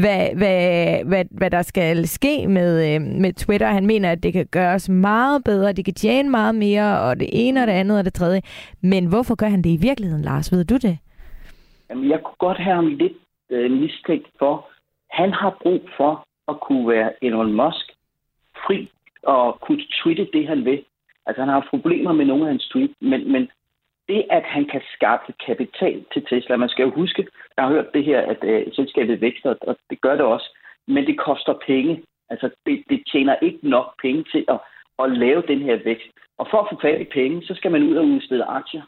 hvad der skal ske med Twitter. Han mener, at det kan gøres meget bedre, de kan tjene meget mere, og det ene og det andet og det tredje. Men hvorfor gør han det i virkeligheden, Lars? Ved du det? Jamen, jeg kunne godt have ham lidt mistænkt for, han har brug for at kunne være Elon Musk fri og kunne tweete det, han vil. Altså, han har problemer med nogle af hans tweets, men det, at han kan skaffe kapital til Tesla. Man skal jo huske, jeg har hørt det her, at selskabet vækster, og det gør det også, men det koster penge. Altså, det tjener ikke nok penge til at lave den her vækst. Og for at få fat i penge, så skal man ud og udstede aktier.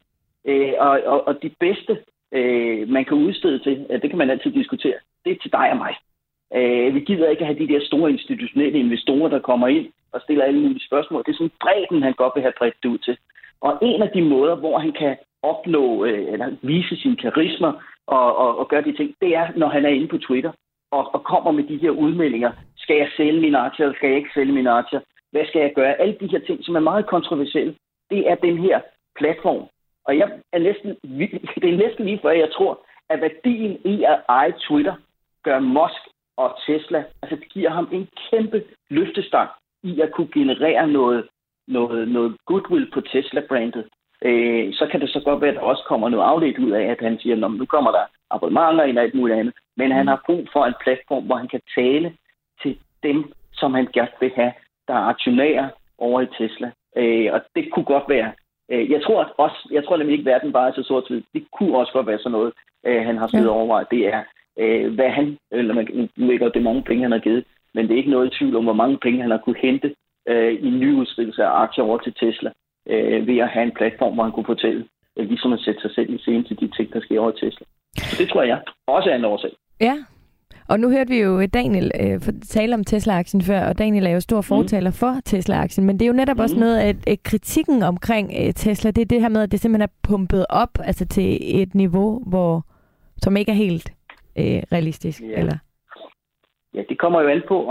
Og de bedste, man kan udstede til, det kan man altid diskutere, det er til dig og mig. Vi gider ikke have de der store institutionelle investorer, der kommer ind og stiller alle mulige spørgsmål. Det er sådan bredden, han godt vil have bredt det ud til. Og en af de måder, hvor han kan opnå eller vise sin karisma og gøre de ting, det er, når han er inde på Twitter og kommer med de her udmeldinger. Skal jeg sælge mine aktier, eller skal jeg ikke sælge mine aktier? Hvad skal jeg gøre? Alle de her ting, som er meget kontroversielle, det er den her platform. Og det er næsten lige før, jeg tror, at værdien i at eje Twitter gør Musk og Tesla, altså det giver ham en kæmpe løftestang i at kunne generere noget goodwill på Tesla-brandet. Så kan det så godt være, at der også kommer noget afledt ud af, at han siger, at nu kommer der abonnementer ind og alt muligt andet. Men han har brug for en platform, hvor han kan tale til dem, som han gerne vil have, der er aktionærer over i Tesla. Og det kunne godt være. Jeg tror nemlig ikke, at verden bare er så sort-hvid. Det kunne også godt være sådan noget, han har siddet overvejet. Det er, hvad han, eller man ved ikke, det er mange penge, han har givet, men det er ikke noget i tvivl om, hvor mange penge han har kunne hente i en ny udstillelse af aktier over til Tesla, ved at have en platform, hvor han kunne fortælle, ligesom at sætte sig selv i scenen til de ting, der sker over Tesla. Så det tror jeg også er en årsag. Ja, og nu hørte vi jo Daniel tale om Tesla-aktien før, og Daniel er jo stor fortaler for Tesla-aktien, men det er jo netop også noget af kritikken omkring Tesla, det er det her med, at det simpelthen er pumpet op altså til et niveau, som ikke er helt realistisk, eller? Ja, det kommer jo an på,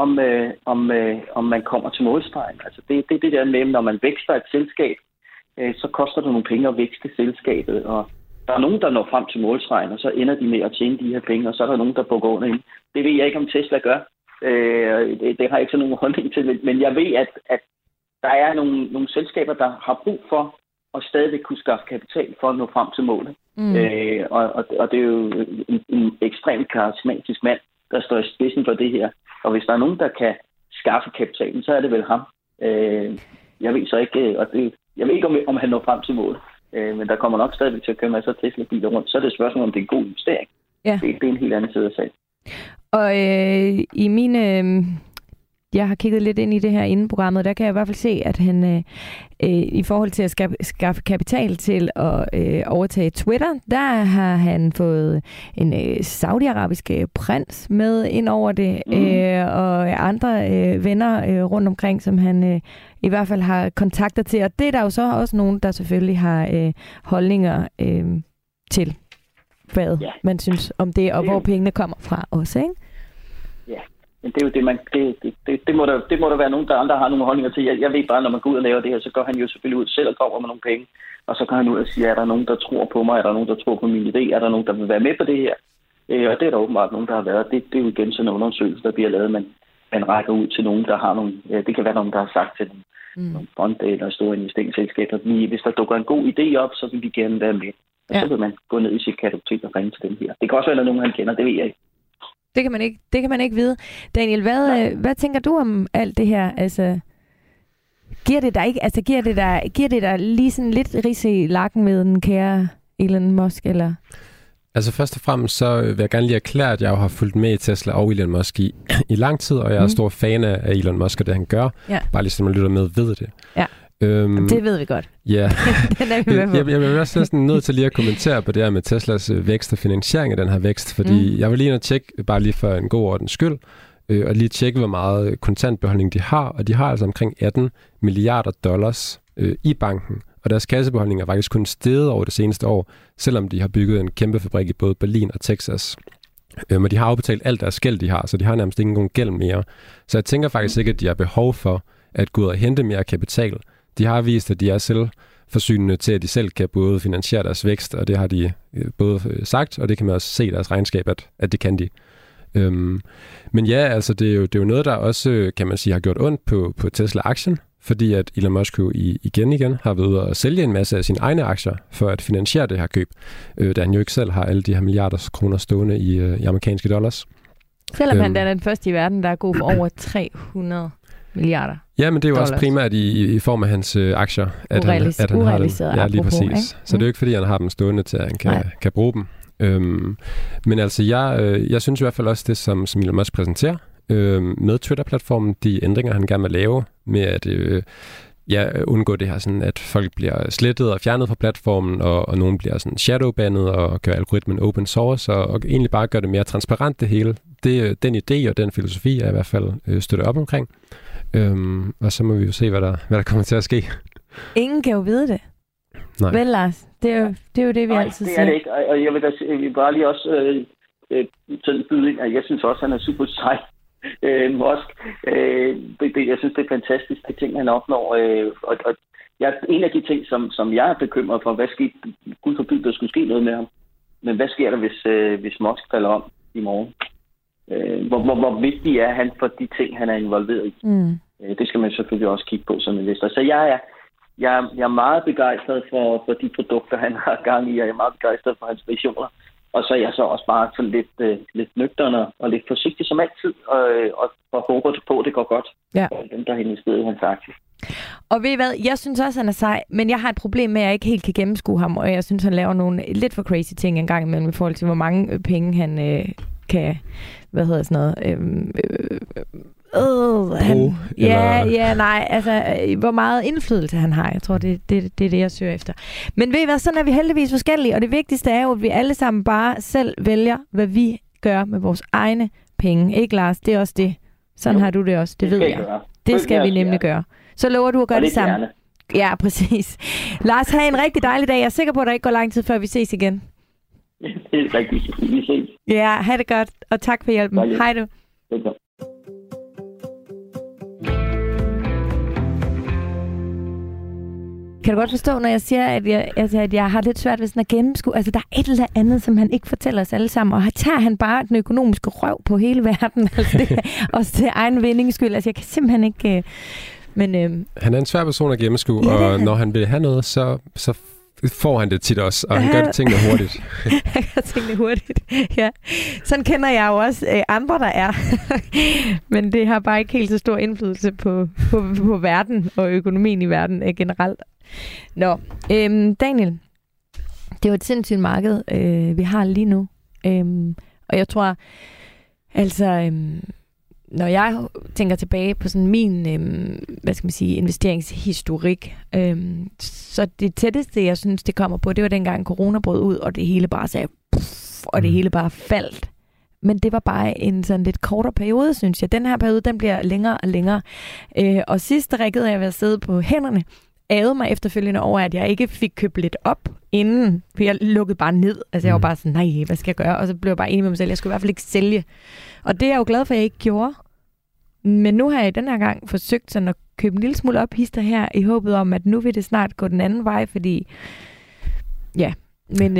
om man kommer til målstregen. Altså det er det der med, når man vækster et selskab, så koster det nogle penge at vækste selskabet, og der er nogen, der når frem til målstregen, og så ender de med at tjene de her penge, og så er der nogen, der bukker under ind. Det ved jeg ikke, om Tesla gør. Det har jeg ikke så nogen holdning til, men jeg ved, at der er nogle selskaber, der har brug for at stadigvæk kunne skaffe kapital for at nå frem til målet. Og det er jo en ekstremt karismatisk mand, der står i spidsen for det her. Og hvis der er nogen, der kan skaffe kapitalen, så er det vel ham. Jeg ved så ikke, jeg ved ikke, om han når frem til målet. Men der kommer nok stadigvæk til at køre masser af Tesla-biler rundt. Så er det et spørgsmål, om det er en god investering. Ja. Det er en helt anden side af sagen. Og i mine... Jeg har kigget lidt ind i det her inden programmet, der kan jeg i hvert fald se, at han i forhold til at skaffe kapital til at overtage Twitter, der har han fået en saudiarabisk prins med ind over det, og andre venner rundt omkring, som han i hvert fald har kontakter til. Og det er der jo så også nogen, der selvfølgelig har holdninger til, hvad man synes om det, og hvor pengene kommer fra også, ikke? Ja. Men det er jo det må der være nogen, der andre har nogle holdninger til. Jeg ved bare, når man går ud og laver det her, så går han jo selvfølgelig ud selv og kommer med nogle penge. Og så går han ud og siger, er der nogen, der tror på mig? Er der nogen, der tror på min idé? Er der nogen, der vil være med på det her? Og det er der åbenbart nogen, der har været. Det er jo igen sådan en undersøgelse, der bliver lavet. Man rækker ud til nogen, der har nogle... det kan være nogen, der har sagt til nogle fonde eller store investeringsselskaber. Hvis der dukker en god idé op, så vil vi gerne være med. Og så vil man gå ned i sit kartotek og ringe til dem her. Det kan også være, nogen han kender, det ved jeg ikke. Det kan man ikke vide. Daniel, hvad tænker du om alt det her? Altså, giver det dig lige sådan lidt ris i lakken med den kære Elon Musk, eller? Altså først og fremmest, så vil jeg gerne lige erklære, at jeg har fulgt med i Tesla og Elon Musk i lang tid, og jeg er stor fan af Elon Musk og det, han gør. Ja. Bare lige så man lytter med, ved det. Ja. Det ved vi godt. Ja. Den er vi med på. Jeg vil også næsten nødt til lige at kommentere på det her med Teslas vækst og finansiering af den her vækst, fordi jeg vil lige ind og tjekke, bare lige for en god ordens skyld, og lige tjekke, hvor meget kontantbeholdning de har, og de har altså omkring $18 milliarder i banken, og deres kassebeholdning er faktisk kun steget over det seneste år, selvom de har bygget en kæmpe fabrik i både Berlin og Texas. Og de har afbetalt alt deres gæld, de har, så de har nærmest ikke nogen gæld mere. Så jeg tænker faktisk ikke, at de har behov for at gå ud og hente mere kapital. De har vist, at de er selvforsynende til, at de selv kan både finansiere deres vækst, og det har de både sagt, og det kan man også se i deres regnskab, at det kan de. Men ja, altså det er jo noget, der også, kan man sige, har gjort ondt på Tesla-aktien, fordi at Elon Musk jo igen har været ude at sælge en masse af sine egne aktier for at finansiere det her køb, da han jo ikke selv har alle de her milliarder kroner stående i amerikanske dollars. Selvom han er den første i verden, der er god for over 300 milliarder. Ja, men det er jo dollars. også primært i form af hans aktier, at han har dem. Ja, lige præcis. Ikke? Så det er jo ikke, fordi han har dem stående til, at han kan bruge dem. Men altså, jeg synes i hvert fald også det, som Elon Musk præsenterer med Twitter-platformen, de ændringer, han gerne vil lave med at undgå det her, sådan, at folk bliver slettet og fjernet fra platformen, og nogen bliver sådan shadowbandet og gør algoritmen open source, og egentlig bare gør det mere transparent det hele. Den idé og den filosofi er i hvert fald støttet op omkring. Og så må vi jo se, hvad der kommer til at ske. Ingen kan jo vide det. Nej. Vel, Lars? Det er jo det, vi altid siger. det er det ikke. Og jeg vil bare lige også sådan byde ind, at jeg synes også, han er super sej. Musk. Jeg synes, det er fantastisk, de ting, han opnår. Og en af de ting, som jeg er bekymret for, hvad skete, Gud forbyde, der skulle ske noget med ham. Men hvad sker der, hvis Musk falder om i morgen? Hvor vigtig er han for de ting, han er involveret i? Det skal man selvfølgelig også kigge på som investor. Så jeg er meget begejstret for de produkter, han har gang i, og jeg er meget begejstret for hans visioner. Og så er jeg så også bare sådan lidt nøgtern og lidt forsigtig som altid, og håber på, at det går godt. Ja. Dem, der har investeret i hans aktie. Og ved I hvad, jeg synes også, han er sej, men jeg har et problem med, at jeg ikke helt kan gennemskue ham, og jeg synes, han laver nogle lidt for crazy ting en gang imellem i forhold til, hvor mange penge han kan, hvor meget indflydelse han har. Jeg tror, det er det, jeg søger efter. Men ved I hvad, sådan er vi heldigvis forskellige, og det vigtigste er jo, at vi alle sammen bare selv vælger, hvad vi gør med vores egne penge. Ikke, Lars? Det er også det. Sådan har du det også, det ved jeg. Det skal vi nemlig gøre. Så lover du at gøre det samme. Ja, præcis. Lars, have en rigtig dejlig dag. Jeg er sikker på, at der ikke går lang tid, før vi ses igen. Det er rigtigt. Vi ses. Ja, have det godt, og tak for hjælpen. Hej du. Velkommen. Kan du godt forstå, når jeg siger, at jeg har lidt svært ved sådan at gennemskue? Altså, der er et eller andet, som han ikke fortæller os alle sammen, og her tager han bare den økonomiske røv på hele verden. Altså, det, også til egen vindings skyld. Altså, jeg kan simpelthen ikke... Han er en svær person at gennemskue, og når han vil have noget, så får han det tit også, og han gør det tingene hurtigt. Han gør tingene hurtigt, ja. Sådan kender jeg jo også andre, der er. Men det har bare ikke helt så stor indflydelse på verden og økonomien i verden generelt. Nå, Daniel, det er jo et sindssygt marked, vi har lige nu. Og jeg tror, altså... Når jeg tænker tilbage på sådan min, investeringshistorik, så det tætteste, jeg synes, det kommer på, det var dengang corona brød ud, og det hele bare sagde, puff, og det hele bare faldt. Men det var bare en sådan lidt kortere periode, synes jeg. Den her periode, den bliver længere og længere. Og sidst rækkede jeg ved at sidde på hænderne, ærede mig efterfølgende over, at jeg ikke fik købt lidt op inden, for jeg lukkede bare ned. Altså jeg var bare sådan, nej, hvad skal jeg gøre? Og så blev jeg bare enig med mig selv, jeg skulle i hvert fald ikke sælge. Og det er jeg jo glad for, at jeg ikke gjorde. Men nu har jeg den her gang forsøgt sådan at købe en lille smule op hister her, i håbet om, at nu vil det snart gå den anden vej, fordi ja, men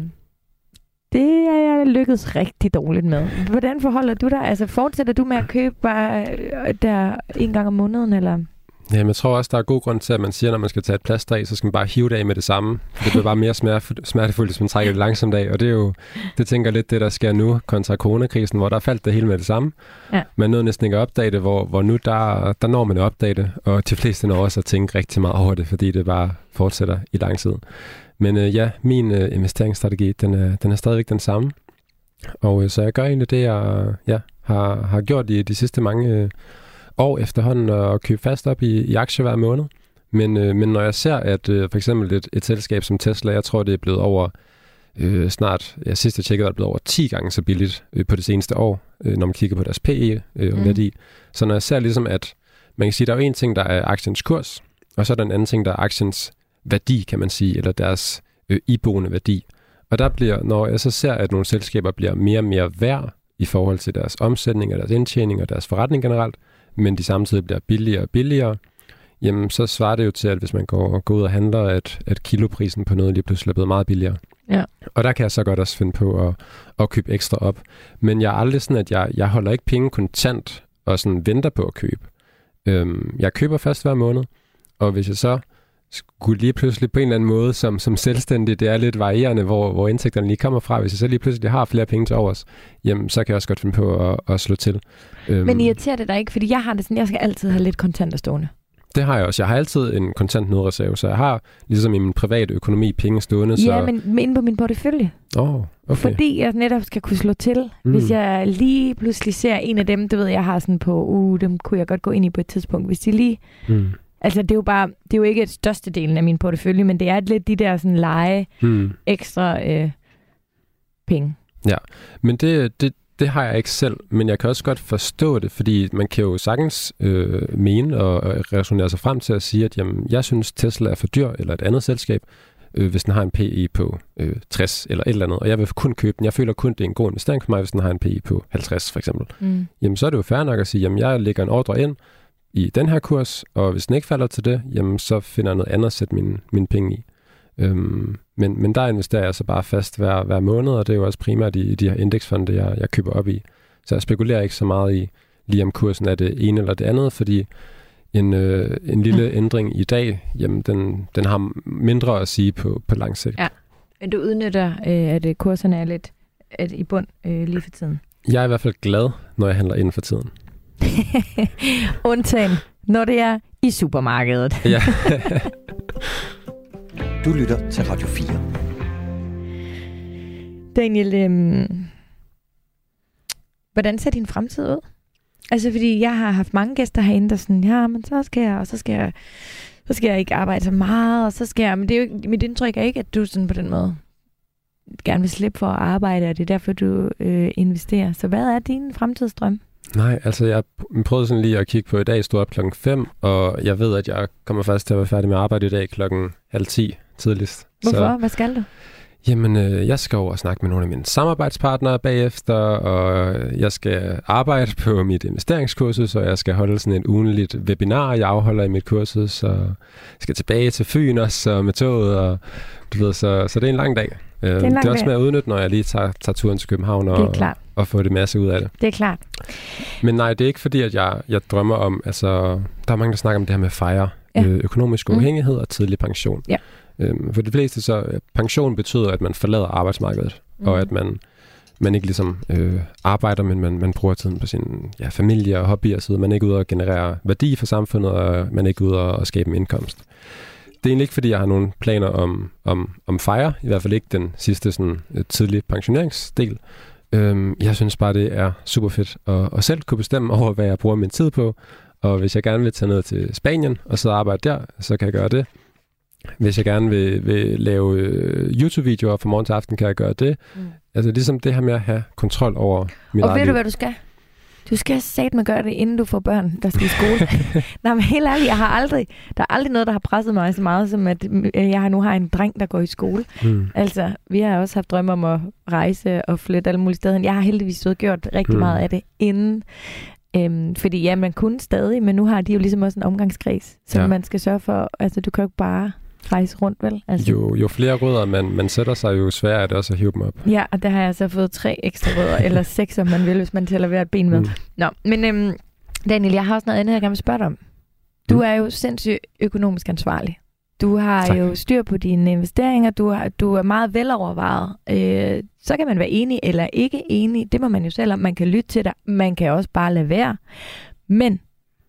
det er jeg lykkedes rigtig dårligt med. Hvordan forholder du dig? Altså fortsætter du med at købe bare der en gang om måneden, eller... Jamen, jeg tror også, der er god grund til, at man siger, når man skal tage et plaster af, så skal man bare hive det af med det samme. For det bliver bare mere smertefuldt, hvis man trækker det langsomt af. Og det er jo, det tænker lidt det, der sker nu kontra coronakrisen, hvor der faldt det hele med det samme. Ja. Man nåede næsten ikke at opdage det, hvor nu der når man at opdage det. Og de fleste når også at tænke rigtig meget over det, fordi det bare fortsætter i lang tid. Men min investeringsstrategi, den er stadigvæk den samme. Og så jeg gør egentlig det, jeg har gjort i de sidste mange år efterhånden at købe fast op i aktier hver måned. Men når jeg ser, at for eksempel et selskab som Tesla, jeg tror, det er blevet over sidst jeg tjekkede, er det blevet over 10 gange så billigt på det seneste år, når man kigger på deres PE-værdi. Så når jeg ser ligesom, at man kan sige, der er jo en ting, der er aktiens kurs, og så er der en anden ting, der er aktiens værdi, kan man sige, eller deres iboende værdi. Og der bliver, når jeg så ser, at nogle selskaber bliver mere og mere værd i forhold til deres omsætning og deres indtjening og deres forretning generelt, men de samtidig bliver billigere og billigere, jamen så svarer det jo til, at hvis man går ud og handler, at kiloprisen på noget lige pludselig er blevet meget billigere. Ja. Og der kan jeg så godt også finde på at købe ekstra op. Men jeg er aldrig sådan, at jeg holder ikke penge kontant og sådan venter på at købe. Jeg køber først hver måned, og hvis jeg så skulle lige pludselig på en eller anden måde som selvstændig, det er lidt varierende, hvor indtægterne lige kommer fra. Hvis jeg så lige pludselig har flere penge til overs, jamen, så kan jeg også godt finde på at slå til. Men irriterer det dig ikke? Fordi jeg har det sådan, jeg skal altid have lidt kontanter stående. Det har jeg også. Jeg har altid en kontant nødreserve, så jeg har ligesom i min private økonomi penge stående. Ja, men inde på min portefølje. Okay. Fordi jeg netop skal kunne slå til. Hvis jeg lige pludselig ser en af dem, det ved jeg har sådan på, dem kunne jeg godt gå ind i på et tidspunkt. Hvis de lige... Altså, det er jo ikke et største delen af min portefølje, men det er lidt de der sådan ekstra penge. Ja, men det har jeg ikke selv, men jeg kan også godt forstå det, fordi man kan jo sagtens mene og resonere sig frem til at sige, at jamen, jeg synes Tesla er for dyr, eller et andet selskab, hvis den har en PE på 60 eller et eller andet, og jeg vil kun købe den. Jeg føler kun, det er en god investering for mig, hvis den har en PE på 50 for eksempel. Jamen, så er det jo fair nok at sige, jamen, jeg lægger en ordre ind i den her kurs, og hvis den ikke falder til det, jamen, så finder jeg noget andet at sætte mine penge i. Men der investerer jeg så bare fast hver måned, og det er jo også primært i de her indeksfonde, jeg køber op i. Så jeg spekulerer ikke så meget i, lige om kursen er det ene eller det andet, fordi en lille ændring i dag, jamen den har mindre at sige på lang sigt. Ja, men du udnytter, at kurserne er lidt i bund lige for tiden? Jeg er i hvert fald glad, når jeg handler inden for tiden. Undtagen, når det er i supermarkedet. Ja. Du lytter til Radio 4. Daniel, hvordan ser din fremtid ud? Altså, fordi jeg har haft mange gæster herinde, der sådan, ja, men så skal jeg ikke arbejde så meget, og så skal jeg, men det er jo mit indtryk er ikke, at du sådan på den måde gerne vil slippe for at arbejde, og det er derfor, du investerer. Så hvad er din fremtidsdrøm? Nej, altså jeg prøvede sådan lige at kigge på i dag, stod op 5:00, og jeg ved, at jeg kommer først til at være færdig med at arbejde i dag 9:30 tidligst. Hvorfor? Så, hvad skal du? Jamen, jeg skal over og snakke med nogle af mine samarbejdspartnere bagefter, og jeg skal arbejde på mit investeringskursus, og jeg skal holde sådan et ugenligt webinar, jeg afholder i mit kursus, og jeg skal tilbage til Fyn også, med toget, og du ved, så det er en lang dag. Det er også med at udnytte, når jeg lige tager turen til København og få det masse ud af det. Det er klart. Men nej, det er ikke fordi, at jeg drømmer om, altså, der er mange, der snakker om det her med fejre økonomisk uafhængighed og tidlig pension. Ja. For de fleste så, pension betyder, at man forlader arbejdsmarkedet, og at man ikke ligesom arbejder, men man bruger tiden på sin familie og hobby og så videre. Man er ikke ude at generere værdi for samfundet, og man er ikke ude at skabe en indkomst. Det er egentlig ikke, fordi jeg har nogle planer om fejre, i hvert fald ikke den sidste sådan, tidlige pensioneringsdel. Jeg synes bare, det er super fedt at selv kunne bestemme over, hvad jeg bruger min tid på. Og hvis jeg gerne vil tage ned til Spanien og sidde og arbejde der, så kan jeg gøre det. Hvis jeg gerne vil lave YouTube-videoer fra morgen til aften, kan jeg gøre det. Altså ligesom det her med at have kontrol over mit eget liv. Og ved du, hvad du skal? Du skal satme gøre det, inden du får børn, der skal i skole. Nej, men helt ærligt, der er aldrig noget, der har presset mig så meget, som at jeg nu har en dreng, der går i skole. Altså, vi har også haft drømme om at rejse og flytte alle mulige steder. Jeg har heldigvis gjort rigtig meget af det inden. Fordi ja, man kunne stadig, men nu har de jo ligesom også en omgangskreds, som man skal sørge for. Altså, du kan jo ikke bare rejse rundt, vel? Altså. Jo flere rødder man sætter sig, jo sværere er det også at hive dem op. Ja, og der har jeg så fået 3 ekstra rødder, eller 6, om man vil, hvis man tæller hver et ben med. Nå, men Daniel, jeg har også noget andet, jeg gerne vil spørge dig om. Du er jo sindssygt økonomisk ansvarlig. Du har jo styr på dine investeringer, du er meget velovervejet. Så kan man være enig eller ikke enig, det må man jo selv om. Man kan lytte til dig, man kan også bare lade være. Men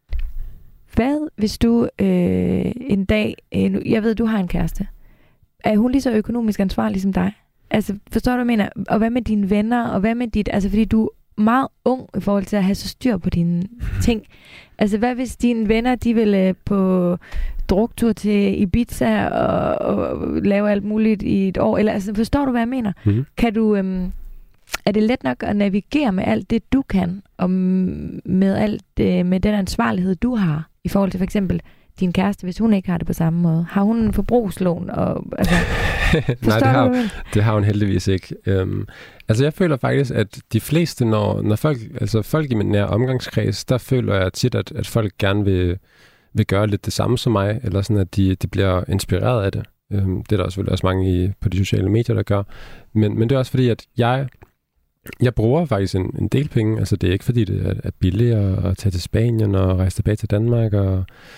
hvad hvis du en dag, jeg ved, du har en kæreste, er hun lige så økonomisk ansvarlig som dig? Altså, forstår du, hvad jeg mener? Og hvad med dine venner, og hvad med dit, altså fordi du er meget ung i forhold til at have så styr på dine ting. Altså, hvad hvis dine venner, de vil på druktur til Ibiza og lave alt muligt i et år? Eller, altså, forstår du, hvad jeg mener? Kan du, er det let nok at navigere med alt det, du kan, og med alt med den ansvarlighed, du har, i forhold til for eksempel din kæreste, hvis hun ikke har det på samme måde? Har hun en forbrugslån? Og, altså, nej, det har hun heldigvis ikke. Altså jeg føler faktisk, at de fleste, når folk i min nære omgangskreds, der føler jeg tit, at folk gerne vil gøre lidt det samme som mig, eller sådan, at de bliver inspireret af det. Det er der selvfølgelig også mange på de sociale medier, der gør. Men det er også fordi, at jeg bruger faktisk en del penge. Altså det er ikke fordi, det er billigt at tage til Spanien og rejse tilbage til Danmark og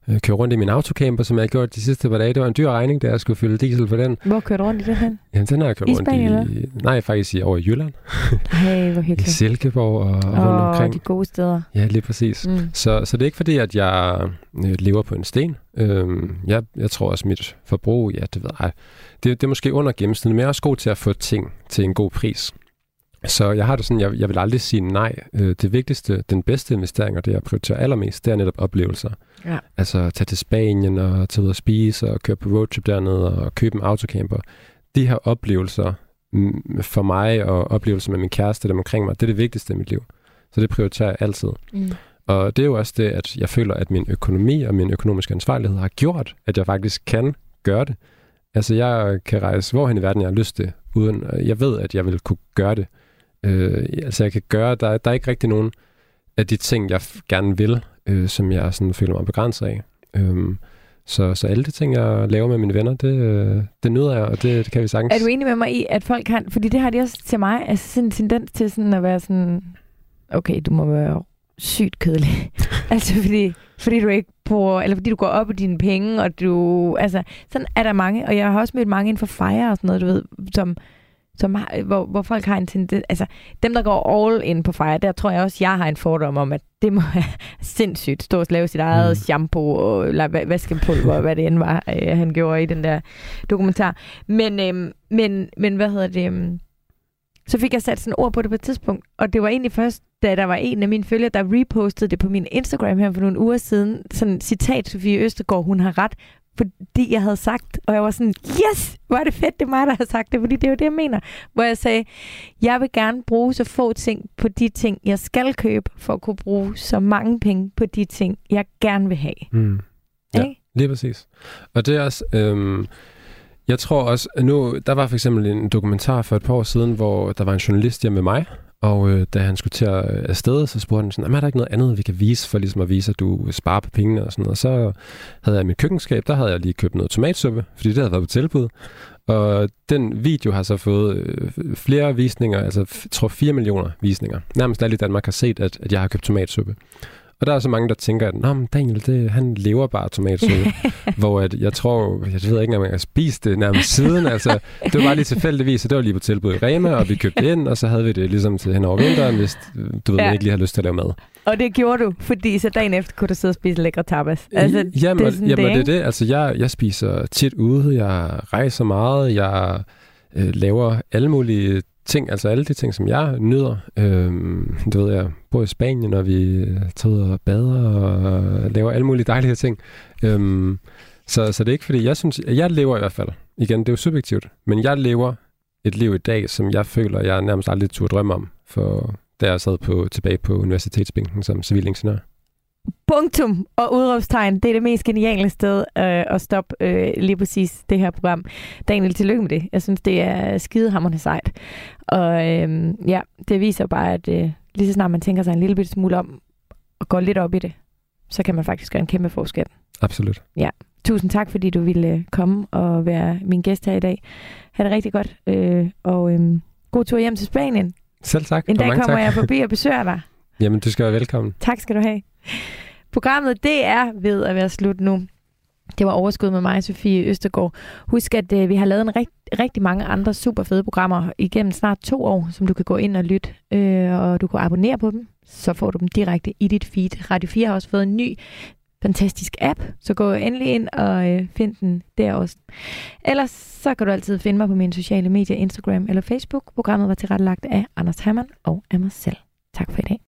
køre rundt i min autocamper, som jeg har gjort de sidste par dage. Det var en dyr regning, da jeg skulle fylde diesel på den. Hvor kørte du rundt i det hen? Jamen, den har jeg kørt rundt Spanien, i... Nej, faktisk over i Jylland. Hey, hvor hyggeligt. I Silkeborg og rundt omkring. De gode steder. Ja, lige præcis. Så det er ikke fordi, at jeg lever på en sten. Jeg tror også, mit forbrug, ja, det ved jeg. Det er måske under gennemsnittet, men jeg er også god til at få ting til en god pris. Så jeg har det sådan, jeg vil aldrig sige nej. Det vigtigste, den bedste investering, og det jeg prioriterer allermest, det er netop oplevelser. Ja. Altså tage til Spanien og tage ud og spise og køre på roadtrip dernede og købe en autocamper. De her oplevelser for mig og oplevelser med min kæreste, dem omkring mig, det er det vigtigste i mit liv. Så det prioriterer jeg altid. Og det er jo også det, at jeg føler, at min økonomi og min økonomiske ansvarlighed har gjort, at jeg faktisk kan gøre det. Altså jeg kan rejse hvorhen i verden, jeg har lyst til, uden jeg ved, at jeg vil kunne gøre det. Altså jeg kan gøre, der er ikke rigtig nogen af de ting, jeg gerne vil, som jeg sådan føler mig begrænset af. Så alle de ting, jeg laver med mine venner, det nyder jeg, og det kan vi sagtens. Er du enig med mig i, at folk kan, fordi det har de også til mig, altså sådan en tendens til sådan at være sådan, okay, du må være sygt kedelig. Altså fordi du ikke bruger, eller fordi du går op i dine penge, og du, altså sådan er der mange, og jeg har også mødt mange inden for Fire og sådan noget, du ved, hvor folk har en tendens, altså dem, der går all in på Fire, der tror jeg også, jeg har en fordom om, at det må være sindssygt stå og lave sit eget shampoo og vaskepulver, og hvad det end var, han gjorde i den der dokumentar. Men hvad hedder det? Så fik jeg sat sådan ord på det på et tidspunkt, og det var egentlig først, da der var en af mine følgere, der repostede det på min Instagram her for nogle uger siden, sådan citat Sofie Østergaard, hun har ret, fordi jeg havde sagt, og jeg var sådan, yes, hvor er det fedt, det er mig, der har sagt det, fordi det er jo det, jeg mener. Hvor jeg sagde, jeg vil gerne bruge så få ting på de ting, jeg skal købe, for at kunne bruge så mange penge på de ting, jeg gerne vil have. Ja, lige præcis. Og det er også, jeg tror også, nu, der var for eksempel en dokumentar for et par år siden, hvor der var en journalist hjemme med mig, og da han skulle til afsted, så spurgte han sådan, er der ikke noget andet, vi kan vise, for ligesom at vise, at du sparer på pengene og sådan noget. Og så havde jeg i mit køkkenskab, der havde jeg lige købt noget tomatsuppe, fordi det havde været på tilbud. Og den video har så fået flere visninger, altså jeg tror 4 millioner visninger. Nærmest alle i Danmark har set, at jeg har købt tomatsuppe. Og der er så mange, der tænker, at Daniel, han lever bare tomatsuppe. Hvor jeg tror, jeg ved ikke, om jeg har spist det nærmest siden. Altså, det var bare lige tilfældigvis, så det var lige på tilbud i Rema, og vi købte ind, og så havde vi det ligesom til hen over vinteren, hvis du ved, man ikke lige har lyst til at lave mad. Og det gjorde du, fordi så dagen efter kunne du sidde og spise lækre tapas. Altså, jamen, det er det. Altså, jeg spiser tit ude, jeg rejser meget, jeg laver alle mulige ting, altså alle de ting, som jeg nyder. Du ved, jeg bor i Spanien, og vi tager ud og bader og laver alle mulige dejlige ting. Så det er ikke, fordi jeg synes, jeg lever i hvert fald. Igen, det er jo subjektivt, men jeg lever et liv i dag, som jeg føler, jeg nærmest aldrig turde drømme om, for da jeg sad tilbage på universitetsbænken som civilingeniør. Punktum og udråbstegn. Det er det mest geniale sted at stoppe lige præcis det her program. Daniel, tillykke med det. Jeg synes, det er skidehamrende sejt. Og det viser bare, at lige så snart man tænker sig en lille bitte smule om og går lidt op i det, så kan man faktisk gøre en kæmpe forskel. Absolut. Ja. Tusind tak, fordi du ville komme og være min gæst her i dag. Ha' det rigtig godt. Og god tur hjem til Spanien. Selv tak. En dag kommer jeg forbi og besøger dig. Jamen, du skal være velkommen. Tak skal du have. Programmet, det er ved at være slut nu. Det var Overskud med mig, Sofie Østergaard. Husk, at vi har lavet rigtig mange andre super fede programmer igennem snart 2 år, som du kan gå ind og lytte, og du kan abonnere på dem. Så får du dem direkte i dit feed. Radio 4 har også fået en ny fantastisk app, så gå endelig ind og find den der også. Ellers så kan du altid finde mig på mine sociale medier, Instagram eller Facebook. Programmet var tilrettelagt af Anders Hammann og af mig selv. Tak for i dag.